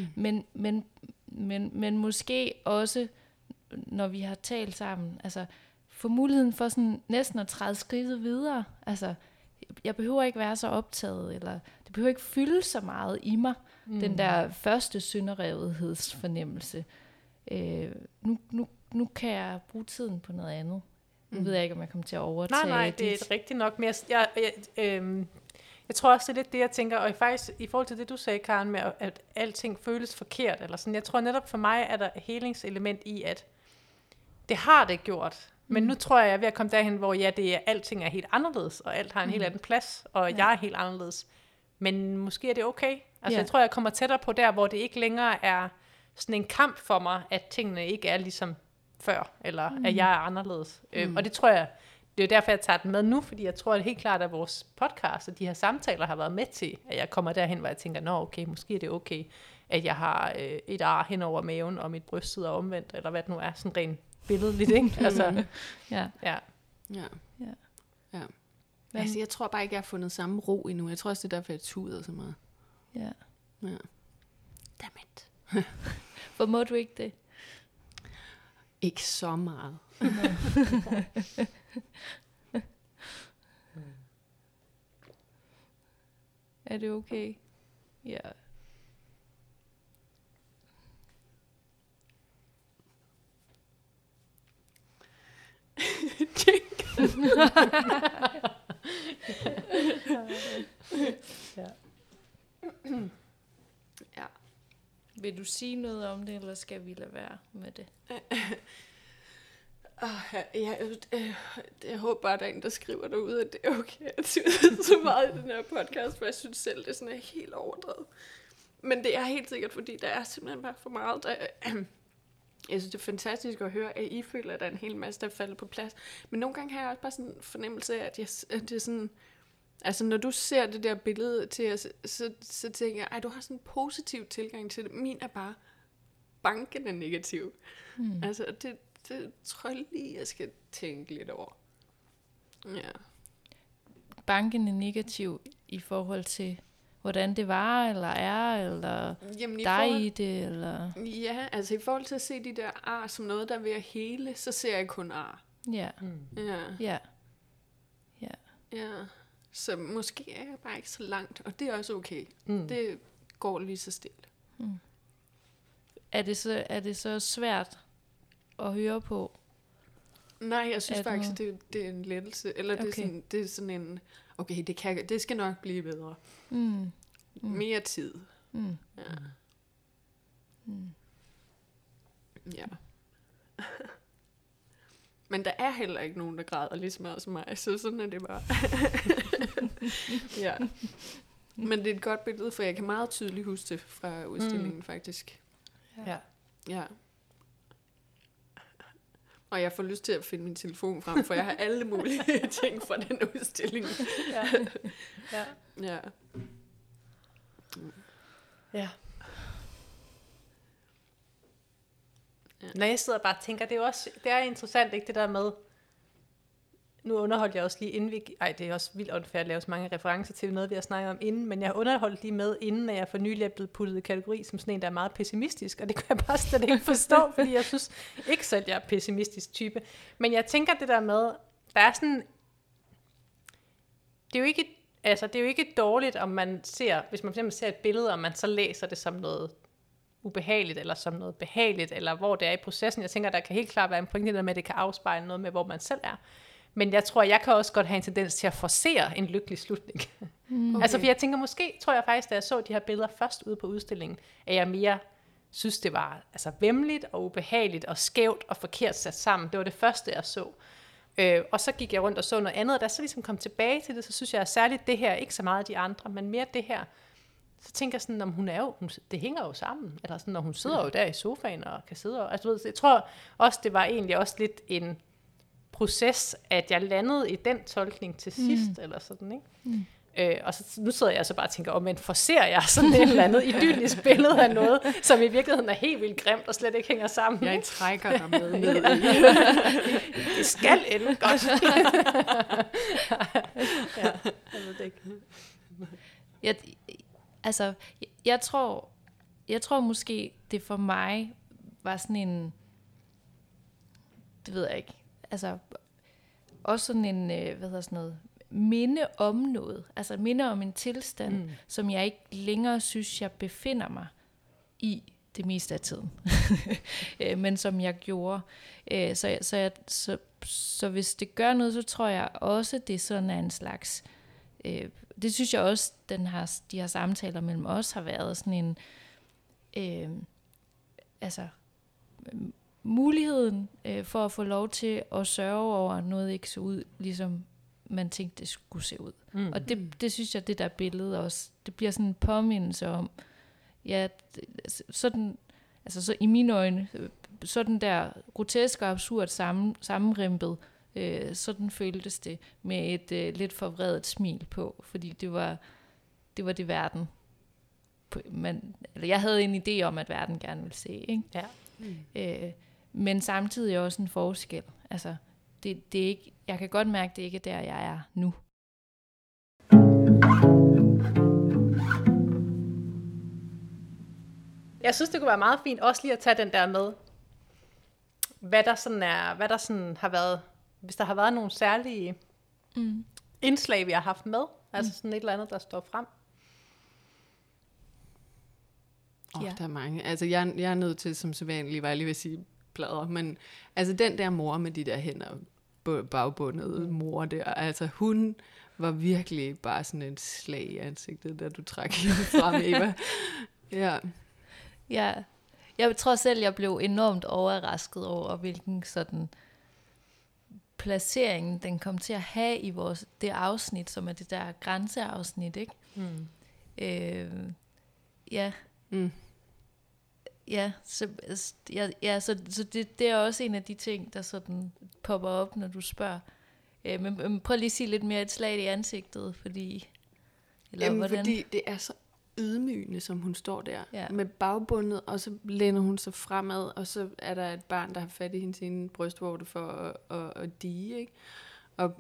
Men måske også, når vi har talt sammen, altså få muligheden for sådan næsten at træde skridtet videre. Altså, jeg behøver ikke være så optaget, eller det behøver ikke fylde så meget i mig, den der første synderrevethedsfornemmelse. Nu kan jeg bruge tiden på noget andet. Nu ved jeg ikke, om jeg kommer til at overtage. Nej, det er rigtigt nok. Men jeg tror også, det er lidt det, jeg tænker, og faktisk i forhold til det, du sagde, Karen, med at alting føles forkert, eller sådan, jeg tror netop for mig, er der helingselement i, at det har det gjort, men nu tror jeg er ved at komme derhen, hvor alting er helt anderledes, og alt har en helt anden plads, og jeg er helt anderledes. Men måske er det okay. Altså jeg tror, jeg kommer tættere på der, hvor det ikke længere er sådan en kamp for mig, at tingene ikke er ligesom før, eller at jeg er anderledes. Og det tror jeg, det er jo derfor, jeg tager den med nu, fordi jeg tror at helt klart, at vores podcast og de her samtaler har været med til, at jeg kommer derhen, hvor jeg tænker, okay, måske er det okay, at jeg har et ar hen over maven, og mit bryst sidder omvendt, eller hvad det nu er, sådan rent billedligt, ikke? Altså, Ja. Altså, jeg tror bare ikke, jeg har fundet samme ro endnu. Jeg tror også, det er derfor, jeg tuder så meget. Ja. Dammit. Hvor må du ikke det? Ikke så meget. Er det okay? Ja. Ja. Vil du sige noget om det, eller skal vi lade være med det? Jeg håber bare, at der er en, der skriver derude, at det er okay at tude så meget i den her podcast, for jeg synes selv, det er sådan helt overdrevet. Men det er helt sikkert, fordi der er simpelthen bare for meget, Jeg synes, det er fantastisk at høre, at I føler, at der er en hel masse, der falder på plads. Men nogle gange har jeg også bare sådan en fornemmelse af, at det er sådan... Altså, når du ser det der billede til os, så tænker jeg, du har sådan en positiv tilgang til det. Min er bare bankende negativ. Altså, det tror jeg lige, jeg skal tænke lidt over. Ja. Bankende negativ i forhold til, hvordan det var, eller er, eller dig i det, eller... Ja, altså i forhold til at se de der ar som noget, der er ved at hele, så ser jeg kun ar. Ja. Ja. Så måske er jeg bare ikke så langt, og det er også okay. Det går lige så stille. Er det så svært at høre på? Nej, jeg synes faktisk, det er en lettelse. Eller okay. det er sådan en, okay, det skal nok blive bedre. Mere tid. Ja. Men der er heller ikke nogen, der græder lige så meget som mig, så sådan er det bare. Ja. Men det er et godt billede, for jeg kan meget tydeligt huske det fra udstillingen, faktisk. Ja. Og jeg får lyst til at finde min telefon frem, for jeg har alle mulige ting fra den udstilling. Ja. Når jeg sidder og bare tænker, det er interessant, ikke, det der med, nu underholdt jeg også lige inden vi, det er også vildt unfair at lave så mange referencer til noget, vi har snakket om inden, men jeg underholdt lige med, inden at jeg for nylig er blevet puttet i kategori som sådan en, der er meget pessimistisk, og det kan jeg bare slet ikke forstå, fordi jeg synes ikke selv, jeg er pessimistisk type. Men jeg tænker det der med, der er sådan, det er jo ikke dårligt, om man ser, hvis man for eksempel ser et billede, og man så læser det som noget ubehageligt, eller som noget behageligt, eller hvor det er i processen. Jeg tænker, der kan helt klart være en pointe der med, at det kan afspejle noget med, hvor man selv er. Men jeg tror, jeg kan også godt have en tendens til at forcere en lykkelig slutning. Okay. Altså, for jeg tænker, måske tror jeg faktisk, da jeg så de her billeder først ude på udstillingen, at jeg mere synes, det var altså væmmeligt og ubehageligt og skævt og forkert sat sammen. Det var det første, jeg så. Og så gik jeg rundt og så noget andet, og da så ligesom kom tilbage til det, så synes jeg særligt det her, ikke så meget de andre, men mere det her. Så tænker jeg sådan, om det hænger jo sammen, eller sådan, når hun sidder jo der i sofaen og kan sidde og, altså, jeg tror også, det var egentlig også lidt en proces, at jeg landede i den tolkning til sidst, eller sådan, ikke? Og så, nu sidder jeg så bare og tænker, men forser jeg sådan et eller andet idyllisk billede af noget, som i virkeligheden er helt vildt grimt og slet ikke hænger sammen. Jeg trækker dig med. Det skal ende godt. Jeg ved det ikke. Jeg tror måske, det for mig var sådan en, det ved jeg ikke, altså også sådan en, minde om noget, altså minde om en tilstand, som jeg ikke længere synes, jeg befinder mig i det meste af tiden, men som jeg gjorde. Så hvis det gør noget, så tror jeg også, det sådan er en slags, det synes jeg også, de her samtaler mellem os har været sådan en, muligheden for at få lov til at sørge over, at noget ikke så ud, ligesom man tænkte, det skulle se ud. Og det synes jeg, det der billede også, det bliver sådan en påmindelse om, ja, sådan, altså så i mine øjne, sådan der grotesk og absurd sammenrimpet, sådan føltes det med et lidt forvredet smil på, fordi det var det verden. Eller jeg havde en idé om, at verden gerne ville se, ikke? Ja. Men samtidig også en forskel. Altså, det er ikke, jeg kan godt mærke, det ikke er der, jeg er nu. Jeg synes, det kunne være meget fint også lige at tage den der med, hvad der sådan har været, hvis der har været nogle særlige indslag, vi har haft med, altså sådan et eller andet, der står frem. Der er mange. Altså, jeg er nødt til, som sædvanligt, var jeg lige ved at sige plader, men altså den der mor med de der hænder bagbundet mor der, altså hun var virkelig bare sådan et slag i ansigtet, da du trak hende frem, Eva. Ja. Jeg tror selv, jeg blev enormt overrasket over, hvilken sådan placering den kom til at have i det afsnit, som er det der grænseafsnit, ikke? så det er også en af de ting, der sådan popper op, når du spørger. Men prøv lige at sige lidt mere et slag i ansigtet, fordi... Eller Jamen, hvordan? fordi det er så ydmygende, som hun står der Ja. med bagbundet, og så læner hun sig fremad, og så er der et barn, der har fat i hendes ene brystvorte for at dige, ikke? Og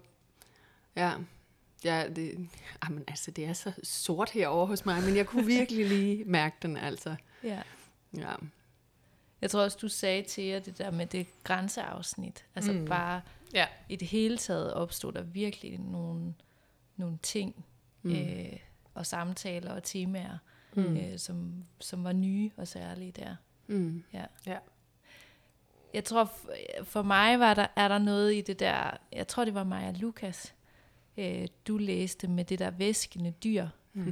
det er så sort herovre hos mig, men jeg kunne virkelig lige mærke den, altså. Ja. Ja. Jeg tror også, du sagde til jer det der med det grænseafsnit. Altså bare i det hele taget opstod der virkelig nogle ting og samtaler og temaer, som var nye og særlige der. Mm. Ja. Jeg tror, for mig er der noget i det der, jeg tror det var Maja Lukas, du læste med det der væskende dyr,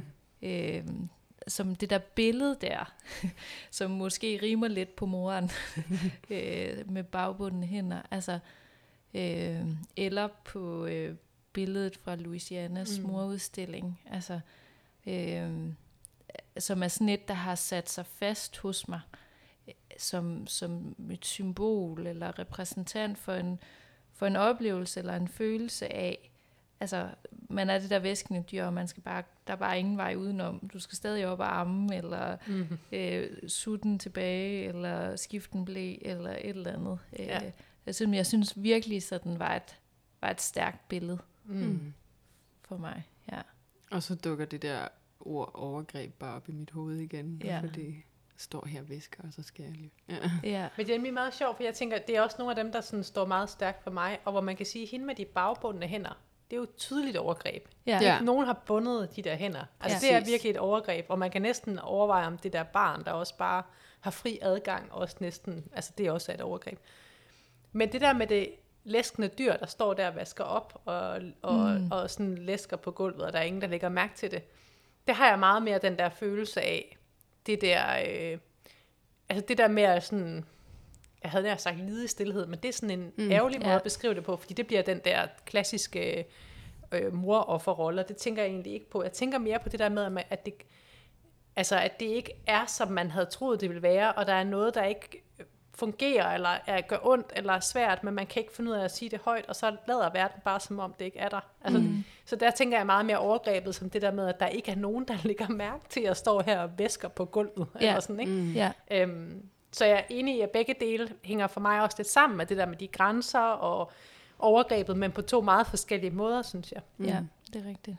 som det der billede der, som måske rimer lidt på moren, med bagbundne hænder, altså, eller på billedet fra Louisianas morudstilling, altså, som er sådan et, der har sat sig fast hos mig, som et symbol eller repræsentant for en oplevelse eller en følelse af, altså man er det der væskende dyr, og der er bare ingen vej udenom. Du skal stadig op og amme, eller sutte den tilbage, eller skifte en blæ, eller et eller andet. Jeg synes virkelig, sådan var et stærkt billede for mig. Ja. Og så dukker det der ord overgreb bare op i mit hoved igen, fordi jeg står her og visker, og så skal jeg lige... Ja. Men det er nemlig meget sjovt, for jeg tænker, det er også nogle af dem, der sådan står meget stærkt for mig, og hvor man kan sige, hende med de bagbundne hænder, det er jo et tydeligt overgreb. Ja. Nogen har bundet de der hænder. Altså det er virkelig et overgreb, og man kan næsten overveje, om det der barn, der også bare har fri adgang, også næsten, altså det er også et overgreb. Men det der med det læskende dyr, der står der og vasker op, og sådan læsker på gulvet, og der er ingen, der lægger mærke til det, det har jeg meget mere den der følelse af, det der, altså det der med sådan, jeg havde nær sagt lide i stillhed, men det er sådan en ærgerlig måde at beskrive det på, fordi det bliver den der klassiske mor-offer-rolle, og det tænker jeg egentlig ikke på. Jeg tænker mere på det der med, at det ikke er, som man havde troet, det ville være, og der er noget, der ikke fungerer, eller gør ondt, eller er svært, men man kan ikke finde ud af at sige det højt, og så lader verden bare, som om det ikke er der. Altså, så der tænker jeg meget mere overgrebet, som det der med, at der ikke er nogen, der lægger mærke til at stå her og væsker på gulvet, eller sådan, ikke? Så jeg er enig i, at begge dele hænger for mig også lidt sammen med det der med de grænser og overgrebet, men på to meget forskellige måder, synes jeg. Ja, det er rigtigt.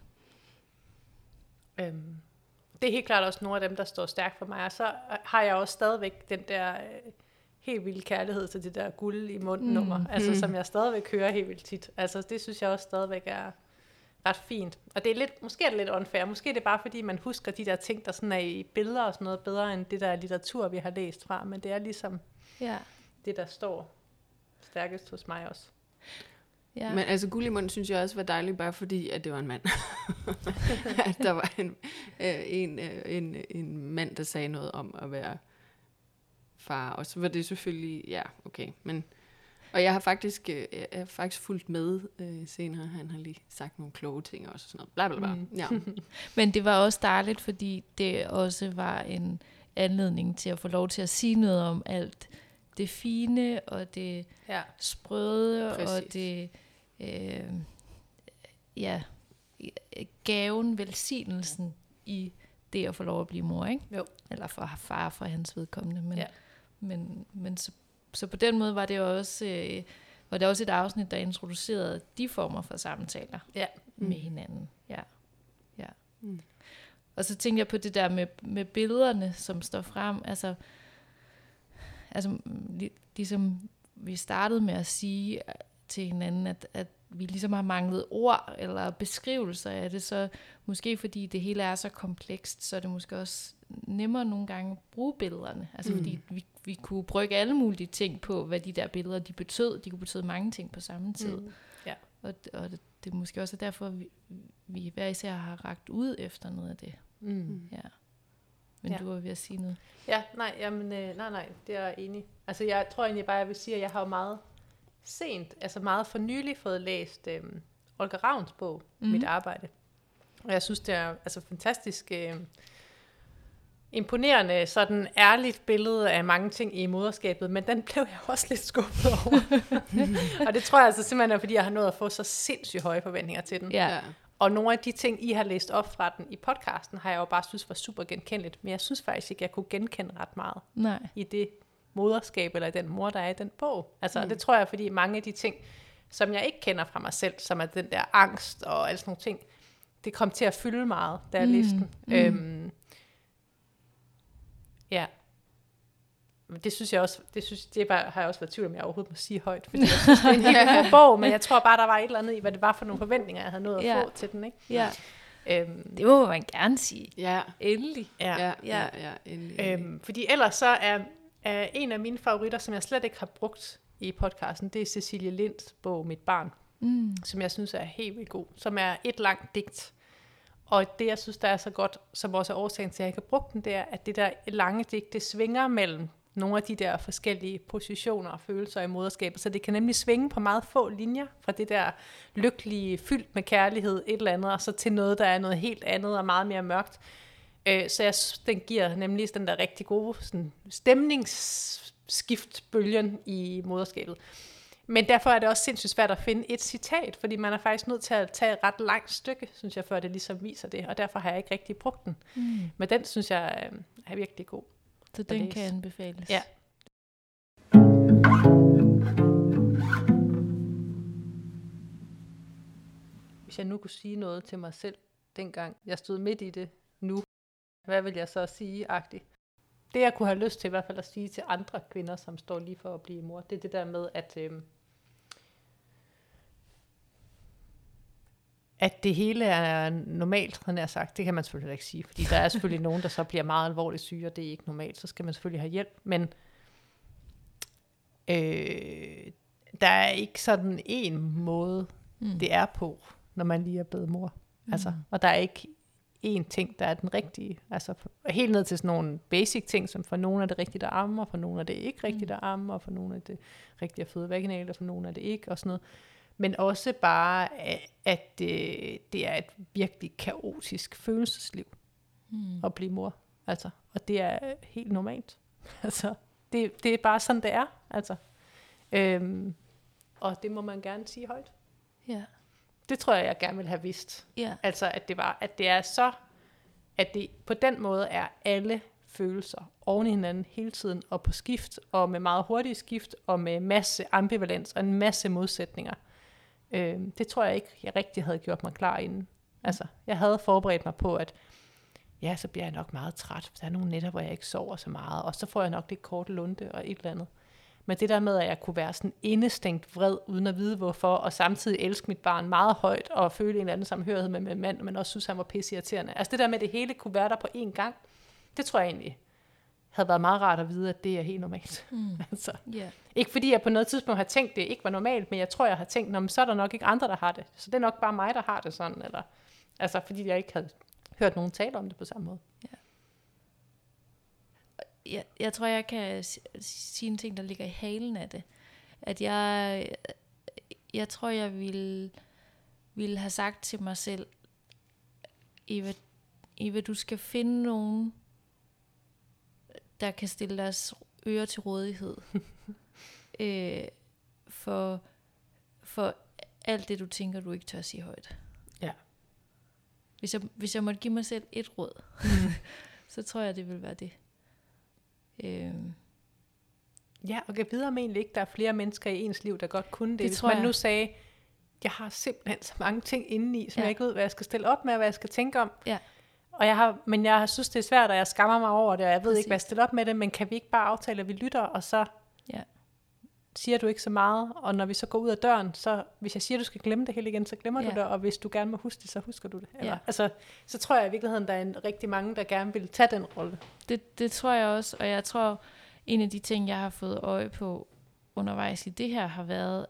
Det er helt klart også nogle af dem, der står stærkt for mig, og så har jeg også stadigvæk den der helt vilde kærlighed til det der guld i munden nummer, altså som jeg stadigvæk hører helt vildt tit. Altså det synes jeg også stadigvæk er ret fint. Og det er lidt, måske er det lidt unfair, måske er det bare fordi man husker de der ting, der sådan er i billeder og sådan noget bedre end det der litteratur, vi har læst fra, men det er ligesom det, der står stærkest hos mig også. Ja. Men altså guld i munden synes jeg også var dejligt, bare fordi at det var en mand. At der var en mand, der sagde noget om at være far, og så var det selvfølgelig, okay, men... Og jeg har faktisk fulgt med senere. Han har lige sagt nogle kloge ting også. Sådan noget. Bla, bla, bla. Ja. Men det var også dejligt, fordi det også var en anledning til at få lov til at sige noget om alt det fine, og det sprøde, og det gaven, velsignelsen i det at få lov at blive mor, ikke? Jo. Eller for at have far for hans vedkommende. Men så på den måde var det også et afsnit, der introducerede de former for samtaler med hinanden. Ja. Og så tænkte jeg på det der med billederne, som står frem. Altså ligesom vi startede med at sige til hinanden, at vi ligesom har manglet ord eller beskrivelser af det, så måske fordi det hele er så komplekst, så er det måske også nemmere nogle gange at bruge billederne. Altså fordi vi kunne brygge alle mulige ting på, hvad de der billeder de betød. De kunne betyde mange ting på samme tid. Og det er måske også derfor, vi hver især har rakt ud efter noget af det. Ja. Men du var ved at sige noget. Ja, nej, det er jeg enig. Altså jeg tror egentlig bare, jeg vil sige, at jeg har jo meget sent, altså meget for nylig fået læst Olga Ravns bog, Mit arbejde. Og jeg synes, det er altså fantastisk imponerende, sådan ærligt billede af mange ting i moderskabet, men den blev jeg også lidt skuffet over. Og det tror jeg altså simpelthen er, fordi jeg har nået at få så sindssygt høje forventninger til den. Ja. Og nogle af de ting, I har læst op fra den i podcasten, har jeg jo bare synes var super genkendeligt, men jeg synes faktisk ikke, jeg kunne genkende ret meget Nej. i det moderskab, eller i den mor, der er i den bog. Altså, det tror jeg, fordi mange af de ting, som jeg ikke kender fra mig selv, som er den der angst og alle sådan nogle ting, det kom til at fylde meget, da jeg læste den. Ja. Det synes jeg også, har jeg også været tvivl om, jeg overhovedet må sige højt, fordi jeg synes, det er en helt god bog, men jeg tror bare, der var et eller andet i, hvad det var for nogle forventninger, jeg havde nået at få til den, ikke? Ja. Det må man gerne sige. Ja. Endelig. Ja, endelig. Fordi ellers så er en af mine favoritter, som jeg slet ikke har brugt i podcasten, det er Cecilie Linds bog Mit Barn, som jeg synes er helt vildt god, som er et langt digt. Og det, jeg synes, der er så godt, som også er årsagen til, at jeg ikke har brugt den, det er, at det der lange digt, det svinger mellem nogle af de der forskellige positioner og følelser i moderskabet. Så det kan nemlig svinge på meget få linjer, fra det der lykkelige, fyldt med kærlighed, et eller andet, og så til noget, der er noget helt andet og meget mere mørkt. Så jeg synes, den giver nemlig den der rigtig gode sådan, stemningsskiftbølgen i moderskabet. Men derfor er det også sindssygt svært at finde et citat, fordi man er faktisk nødt til at tage et ret langt stykke, synes jeg, før det ligesom viser det, og derfor har jeg ikke rigtig brugt den. Men den synes jeg er virkelig god. Så den kan anbefales. Ja. Hvis jeg nu kunne sige noget til mig selv, dengang jeg stod midt i det nu, hvad vil jeg så sige-agtigt? Det jeg kunne have lyst til i hvert fald at sige til andre kvinder, som står lige for at blive mor, det er det der med, at det hele er normalt, havde jeg sagt. Det kan man selvfølgelig ikke sige, fordi der er selvfølgelig nogen, der så bliver meget alvorligt syge, og det er ikke normalt. Så skal man selvfølgelig have hjælp, men der er ikke sådan en måde, det er på, når man lige er blevet mor. Altså, og der er ikke en ting, der er den rigtige. Altså helt ned til sådan nogle basic ting, som for nogle er det rigtigt at amme, og for nogle er det ikke rigtigt at amme, og for nogle er det rigtigt at føde vaginalt, og for nogle er det ikke, og sådan noget. Men også bare, at det er et virkelig kaotisk følelsesliv at blive mor. Altså, og det er helt normalt. Altså, det er bare sådan, det er. Altså. Og det må man gerne sige højt. Ja. Det tror jeg gerne vil have vidst. Ja. Altså, at det er så, at det på den måde er alle følelser oven i hinanden hele tiden, og på skift, og med meget hurtige skift, og med masse ambivalens, og en masse modsætninger. Det tror jeg ikke, jeg rigtig havde gjort mig klar inden. Altså, jeg havde forberedt mig på, at ja, så bliver jeg nok meget træt. Der er nogle nætter, hvor jeg ikke sover så meget, og så får jeg nok lidt kort lunte og et eller andet. Men det der med, at jeg kunne være sådan indestængt vred, uden at vide hvorfor, og samtidig elske mit barn meget højt, og føle en eller anden samhørighed med min mand, men også synes, han var pisseirriterende. Altså det der med, at det hele kunne være der på én gang, det tror jeg egentlig havde været meget rart at vide, at det er helt normalt. Altså, ikke fordi jeg på noget tidspunkt har tænkt, det ikke var normalt, men jeg tror, jeg har tænkt, så er der nok ikke andre, der har det. Så det er nok bare mig, der har det sådan. Eller, altså fordi jeg ikke havde hørt nogen tale om det på samme måde. Ja. Jeg tror, jeg kan sige en ting, der ligger i halen af det. At jeg tror, jeg ville have sagt til mig selv, Eva, du skal finde nogen, der kan stille deres ører til rådighed. For alt det, du tænker, du ikke tør sige højt. Ja. Hvis jeg måtte give mig selv et råd, så tror jeg, det vil være det. Ja, og jeg videre med egentlig ikke, der er flere mennesker i ens liv, der godt kunne det. Hvis man nu sagde, jeg har simpelthen så mange ting indeni, som jeg ikke ved, hvad jeg skal stille op med, og hvad jeg skal tænke om. Ja. Og jeg synes, det er svært, og jeg skammer mig over det, og jeg ved ikke, hvad jeg stiller op med det, men kan vi ikke bare aftale, at vi lytter, og så siger du ikke så meget, og når vi så går ud af døren, så hvis jeg siger, du skal glemme det hele igen, så glemmer du det, og hvis du gerne må huske det, så husker du det. Eller, altså, så tror jeg i virkeligheden, der er rigtig mange, der gerne vil tage den rolle. Det tror jeg også, og jeg tror, en af de ting, jeg har fået øje på undervejs i det her, har været,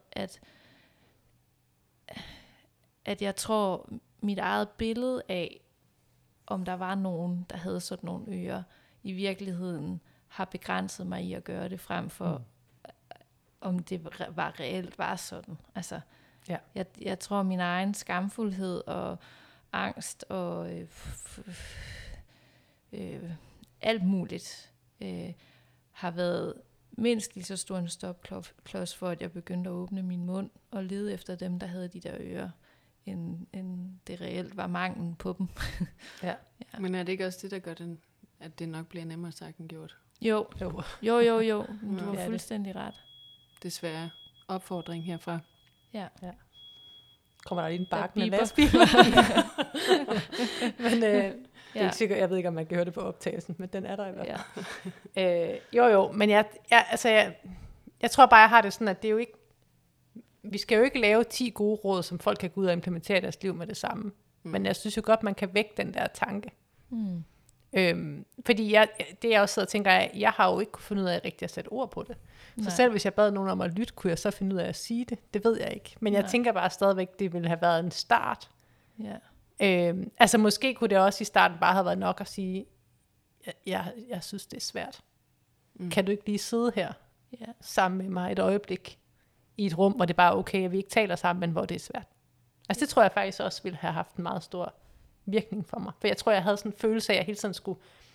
at jeg tror, mit eget billede af, om der var nogen, der havde sådan nogle ører, i virkeligheden har begrænset mig i at gøre det, frem for om det reelt var sådan. Altså, jeg tror, min egen skamfuldhed og angst og alt muligt har været mindst lige så stor en stopklods for, at jeg begyndte at åbne min mund og lede efter dem, der havde de der ører, end det reelt var manglen på dem. Ja. Men er det ikke også det, der gør at det nok bliver nemmere sagt end gjort? Jo. Du har fuldstændig ret. Desværre. Opfordring herfra. Ja. Kommer der lige en bakke med biber. lastbiler? Men det er ikke sikkert, jeg ved ikke, om man kan høre det på optagelsen, men den er der i hvert fald. Men jeg tror bare, jeg har det sådan, at det er jo ikke, vi skal jo ikke lave 10 gode råd, som folk kan gå ud og implementere i deres liv med det samme. Men jeg synes jo godt, man kan vække den der tanke. Fordi det jeg også sidder og tænker, jeg har jo ikke kunnet finde ud af rigtig at sætte ord på det. Så selv hvis jeg bad nogen om at lytte, kunne jeg så finde ud af at sige det. Det ved jeg ikke. Men jeg tænker bare stadigvæk, det ville have været en start. Altså måske kunne det også i starten bare have været nok at sige, jeg synes det er svært. Kan du ikke lige sidde her sammen med mig et øjeblik i et rum, hvor det bare er okay, at vi ikke taler sammen, men hvor det er svært. Altså det tror jeg faktisk også ville have haft en meget stor virkning for mig. For jeg tror, jeg havde sådan en følelse af, at jeg hele tiden skulle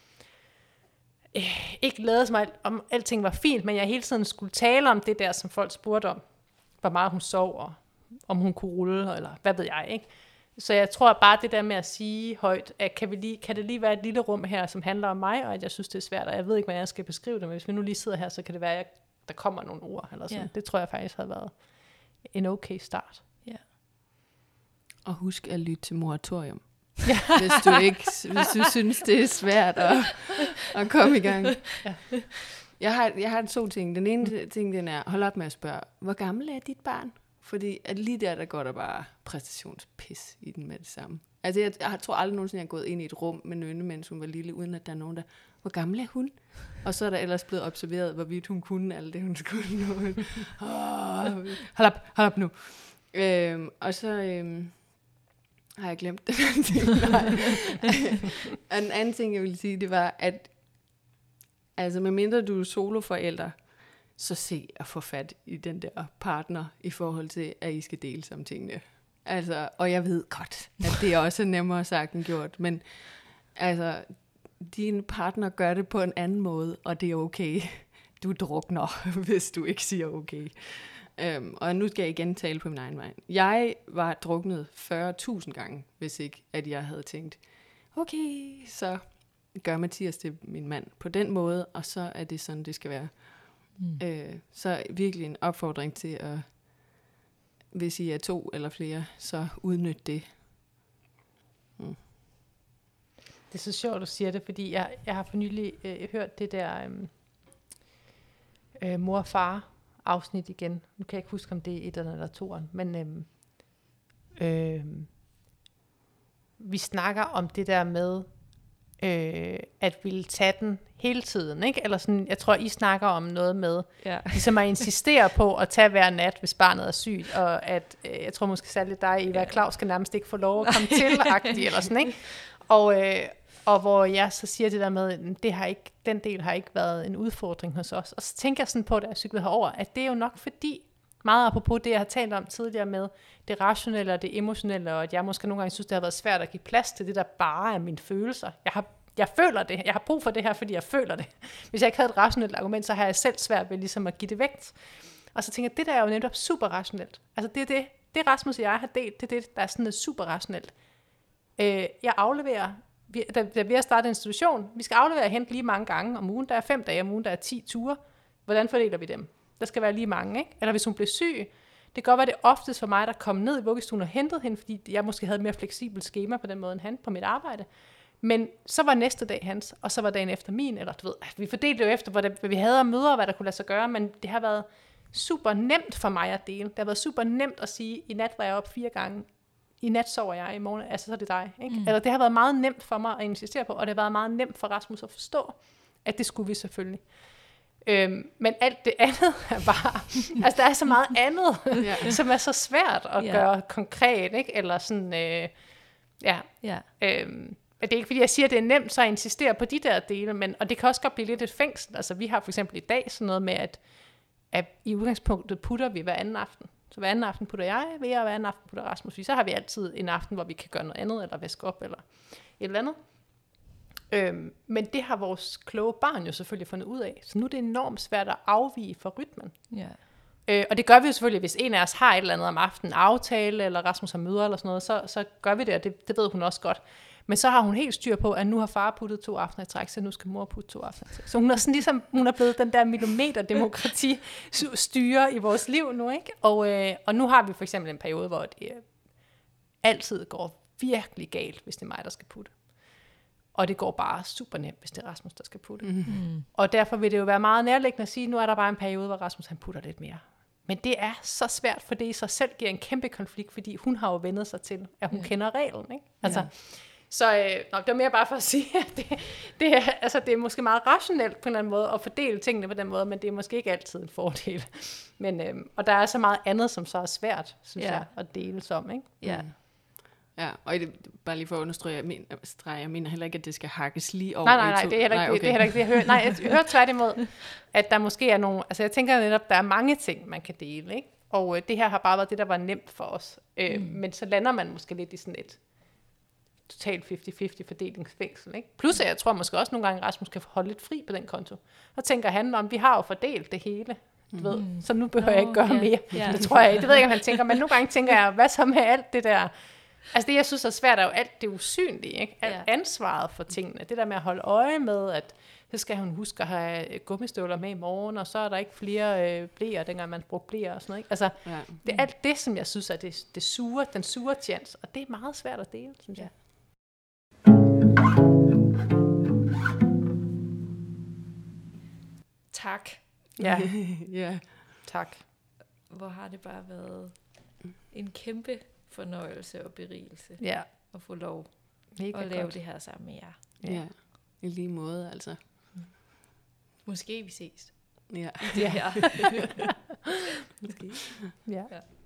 ikke lade mig, om alting var fint, men jeg hele tiden skulle tale om det der, som folk spurgte om. Hvor meget hun sov, og om hun kunne rulle, eller hvad ved jeg, ikke? Så jeg tror bare det der med at sige højt, at kan det lige være et lille rum her, som handler om mig, og at jeg synes, det er svært, og jeg ved ikke, hvordan jeg skal beskrive det, men hvis vi nu lige sidder her, så kan det være, at der kommer nogle ord, eller sådan. Det tror jeg faktisk havde været en okay start. Og husk at lytte til Moratorium. Hvis du synes, det er svært at komme i gang. Jeg har 2 ting. Den ene ting, den er, hold op med at spørge, hvor gammel er dit barn? Fordi at lige der går der bare præstationspis i den med det samme. Altså jeg tror aldrig nogensinde, jeg er gået ind i et rum med Nynne, mens hun var lille, uden at der er nogen, der, hvor gammel er hun? Og så er der ellers blevet observeret, hvorvidt hun kunne alt det, hun skulle. Hold op nu. Og så har jeg glemt det. Og den anden ting, jeg ville sige, det var, at altså medmindre du er soloforælder, så se at få fat i den der partner i forhold til, at I skal dele om tingene. Altså, og jeg ved godt, at det også er nemmere sagt end gjort, men altså, din partner gør det på en anden måde, og det er okay. Du drukner, hvis du ikke siger okay. Og nu skal jeg igen tale på min egen vej. Jeg var druknet 40.000 gange, hvis ikke, at jeg havde tænkt, okay, så gør Mathias det, min mand, på den måde, og så er det sådan, det skal være. Så virkelig en opfordring til at, hvis I er 2 eller flere, så udnyt det. Det er så sjovt, du siger det, fordi jeg har for nylig hørt det der mor og far afsnit igen. Nu kan jeg ikke huske, om det er 1'eren eller 2'eren, men vi snakker om det der med at ville tage den hele tiden, ikke? Eller sådan, jeg tror, I snakker om noget med, ligesom at insistere på at tage hver nat, hvis barnet er sygt, og at, jeg tror måske særligt dig, Eva, Claus skal nærmest ikke få lov at komme til-agtigt, eller sådan, ikke? Og hvor jeg så siger det der med, den del har ikke været en udfordring hos os. Og så tænker jeg sådan på, da jeg cyklede herover, at det er jo nok fordi, meget apropos det, jeg har talt om tidligere med det rationelle og det emotionelle, og at jeg måske nogle gange synes, det har været svært at give plads til det, der bare er mine følelser. Jeg føler det. Jeg har brug for det her, fordi jeg føler det. Hvis jeg ikke havde et rationelt argument, så har jeg selv svært ved ligesom at give det vægt. Og så tænker jeg, det der er jo netop super rationelt. Altså det Rasmus og jeg har delt, det er det, der er sådan super rationelt. Jeg afleverer, da vi har startet en institution, vi skal aflevere og hente lige mange gange om ugen. Der er 5 dage om ugen, der er 10 ture. Hvordan fordeler vi dem? Der skal være lige mange, ikke? Eller hvis hun blev syg, det kan godt være det oftest for mig, der kom ned i vuggestuen og hentede hende, fordi jeg måske havde et mere fleksibelt skema på den måde end han på mit arbejde. Men så var næste dag hans, og så var dagen efter min, eller du ved, vi fordelte jo efter, hvad vi havde af møder, og hvad der kunne lade sig gøre, men det har været super nemt for mig at dele. Det har været super nemt at sige, i nat var jeg op 4 gange, i nat sover jeg, i morgen, altså så er det dig. Ikke? Eller det har været meget nemt for mig at insistere på, og det har været meget nemt for Rasmus at forstå, at det skulle vi selvfølgelig. Men alt det andet er bare, altså der er så meget andet, som er så svært at gøre konkret, ikke? Eller sådan, det er ikke fordi, jeg siger, at det er nemt, så jeg insisterer på de der dele, og det kan også godt blive lidt et fængsel. Altså vi har for eksempel i dag sådan noget med, at i udgangspunktet putter vi hver anden aften. Så hver anden aften putter jeg ved, og hver anden aften putter Rasmus. Så har vi altid en aften, hvor vi kan gøre noget andet, eller vaske op, eller et eller andet. Men det har vores kloge barn jo selvfølgelig fundet ud af. Så nu er det enormt svært at afvige fra rytmen. Ja. Og det gør vi jo selvfølgelig, hvis en af os har et eller andet om aftenen, aftale, eller Rasmus har møder eller sådan noget, så gør vi det, og det ved hun også godt. Men så har hun helt styr på, at nu har far puttet 2 aftener i træk, så nu skal mor putte 2 aftener i træk. Så hun er sådan ligesom, hun er blevet den der millimeterdemokrati styre i vores liv nu, ikke? Og nu har vi for eksempel en periode, hvor det altid går virkelig galt, hvis det er mig, der skal putte. Og det går bare super nemt, hvis det er Rasmus, der skal putte. Mm. Og derfor vil det jo være meget nærliggende at sige, nu er der bare en periode, hvor Rasmus han putter lidt mere. Men det er så svært, for det i sig selv giver en kæmpe konflikt, fordi hun har jo vendet sig til, at hun kender reglen, ikke? Altså, så det var mere bare for at sige, at det er måske meget rationelt på en eller anden måde, at fordele tingene på den måde, men det er måske ikke altid en fordel. Men, og der er så meget andet, som så er svært, synes jeg, at dele om, ikke? Ja. Ja, og bare lige for at understrege, jeg mener heller ikke, at det skal hakkes lige over. Nej, det er heller ikke, det er heller ikke det, jeg hører. Nej, jeg hører tværtimod, at der måske er nogle, altså jeg tænker netop, der er mange ting, man kan dele, ikke? Og det her har bare været det, der var nemt for os. Men så lander man måske lidt i sådan et totalt 50-50 fordelingsfængsel, ikke? Plus at jeg tror måske også nogle gange, Rasmus kan holde lidt fri på den konto. Og tænker han om, vi har jo fordelt det hele, du ved, så nu behøver jeg ikke gøre mere. Det tror jeg ikke, det ved jeg ikke, om han tænker, men nogle gange tænker jeg, hvad så med alt det der. Altså det, jeg synes er svært, er jo alt det usynlige, ikke? Alt ansvaret for tingene. Det der med at holde øje med, at så skal hun huske at have gummistøvler med i morgen, og så er der ikke flere bleer, dengang man brugte bleer og sådan noget, ikke? Altså, det er alt det, som jeg synes er den sure tjans, og det er meget svært at dele, synes jeg. Tak. Ja. Ja. Tak. Hvor har det bare været en kæmpe fornøjelse og berigelse at få lov at lave det her sammen med jer. Ja, i lige måde, altså. Måske vi ses. Ja. Ja. Måske. Ja.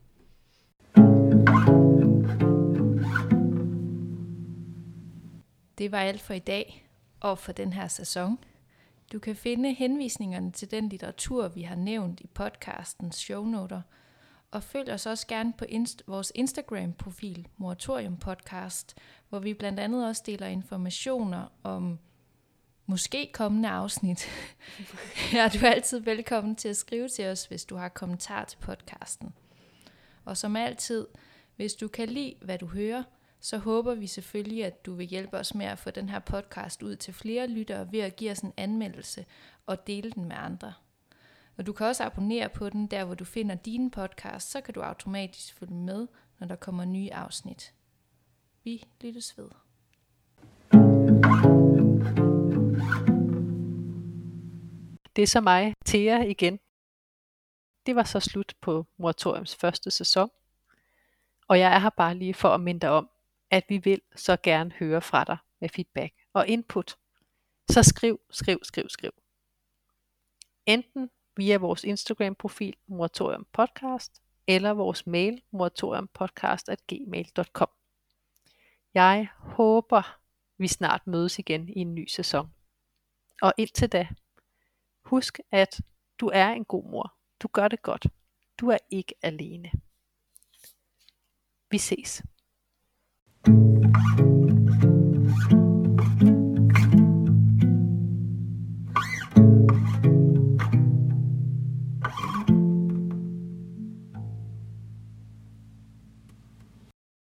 Det var alt for i dag og for den her sæson. Du kan finde henvisningerne til den litteratur, vi har nævnt i podcastens shownoter, og følg os også gerne på vores Instagram-profil, Moratorium Podcast, hvor vi blandt andet også deler informationer om måske kommende afsnit. Ja, du er altid velkommen til at skrive til os, hvis du har kommentarer til podcasten. Og som altid, hvis du kan lide, hvad du hører, så håber vi selvfølgelig, at du vil hjælpe os med at få den her podcast ud til flere lyttere ved at give os en anmeldelse og dele den med andre. Og du kan også abonnere på den, der hvor du finder dine podcasts, så kan du automatisk følge med, når der kommer nye afsnit. Vi lyttes ved. Det er så mig, Thea igen. Det var så slut på Moratoriums første sæson. Og jeg er her bare lige for at minde dig om, at vi vil så gerne høre fra dig med feedback og input. Så skriv. Enten via vores Instagram-profil Moratorium Podcast, eller vores mail moratoriumpodcast@gmail.com. Jeg håber, vi snart mødes igen i en ny sæson. Og indtil da, husk, at du er en god mor. Du gør det godt. Du er ikke alene. Vi ses.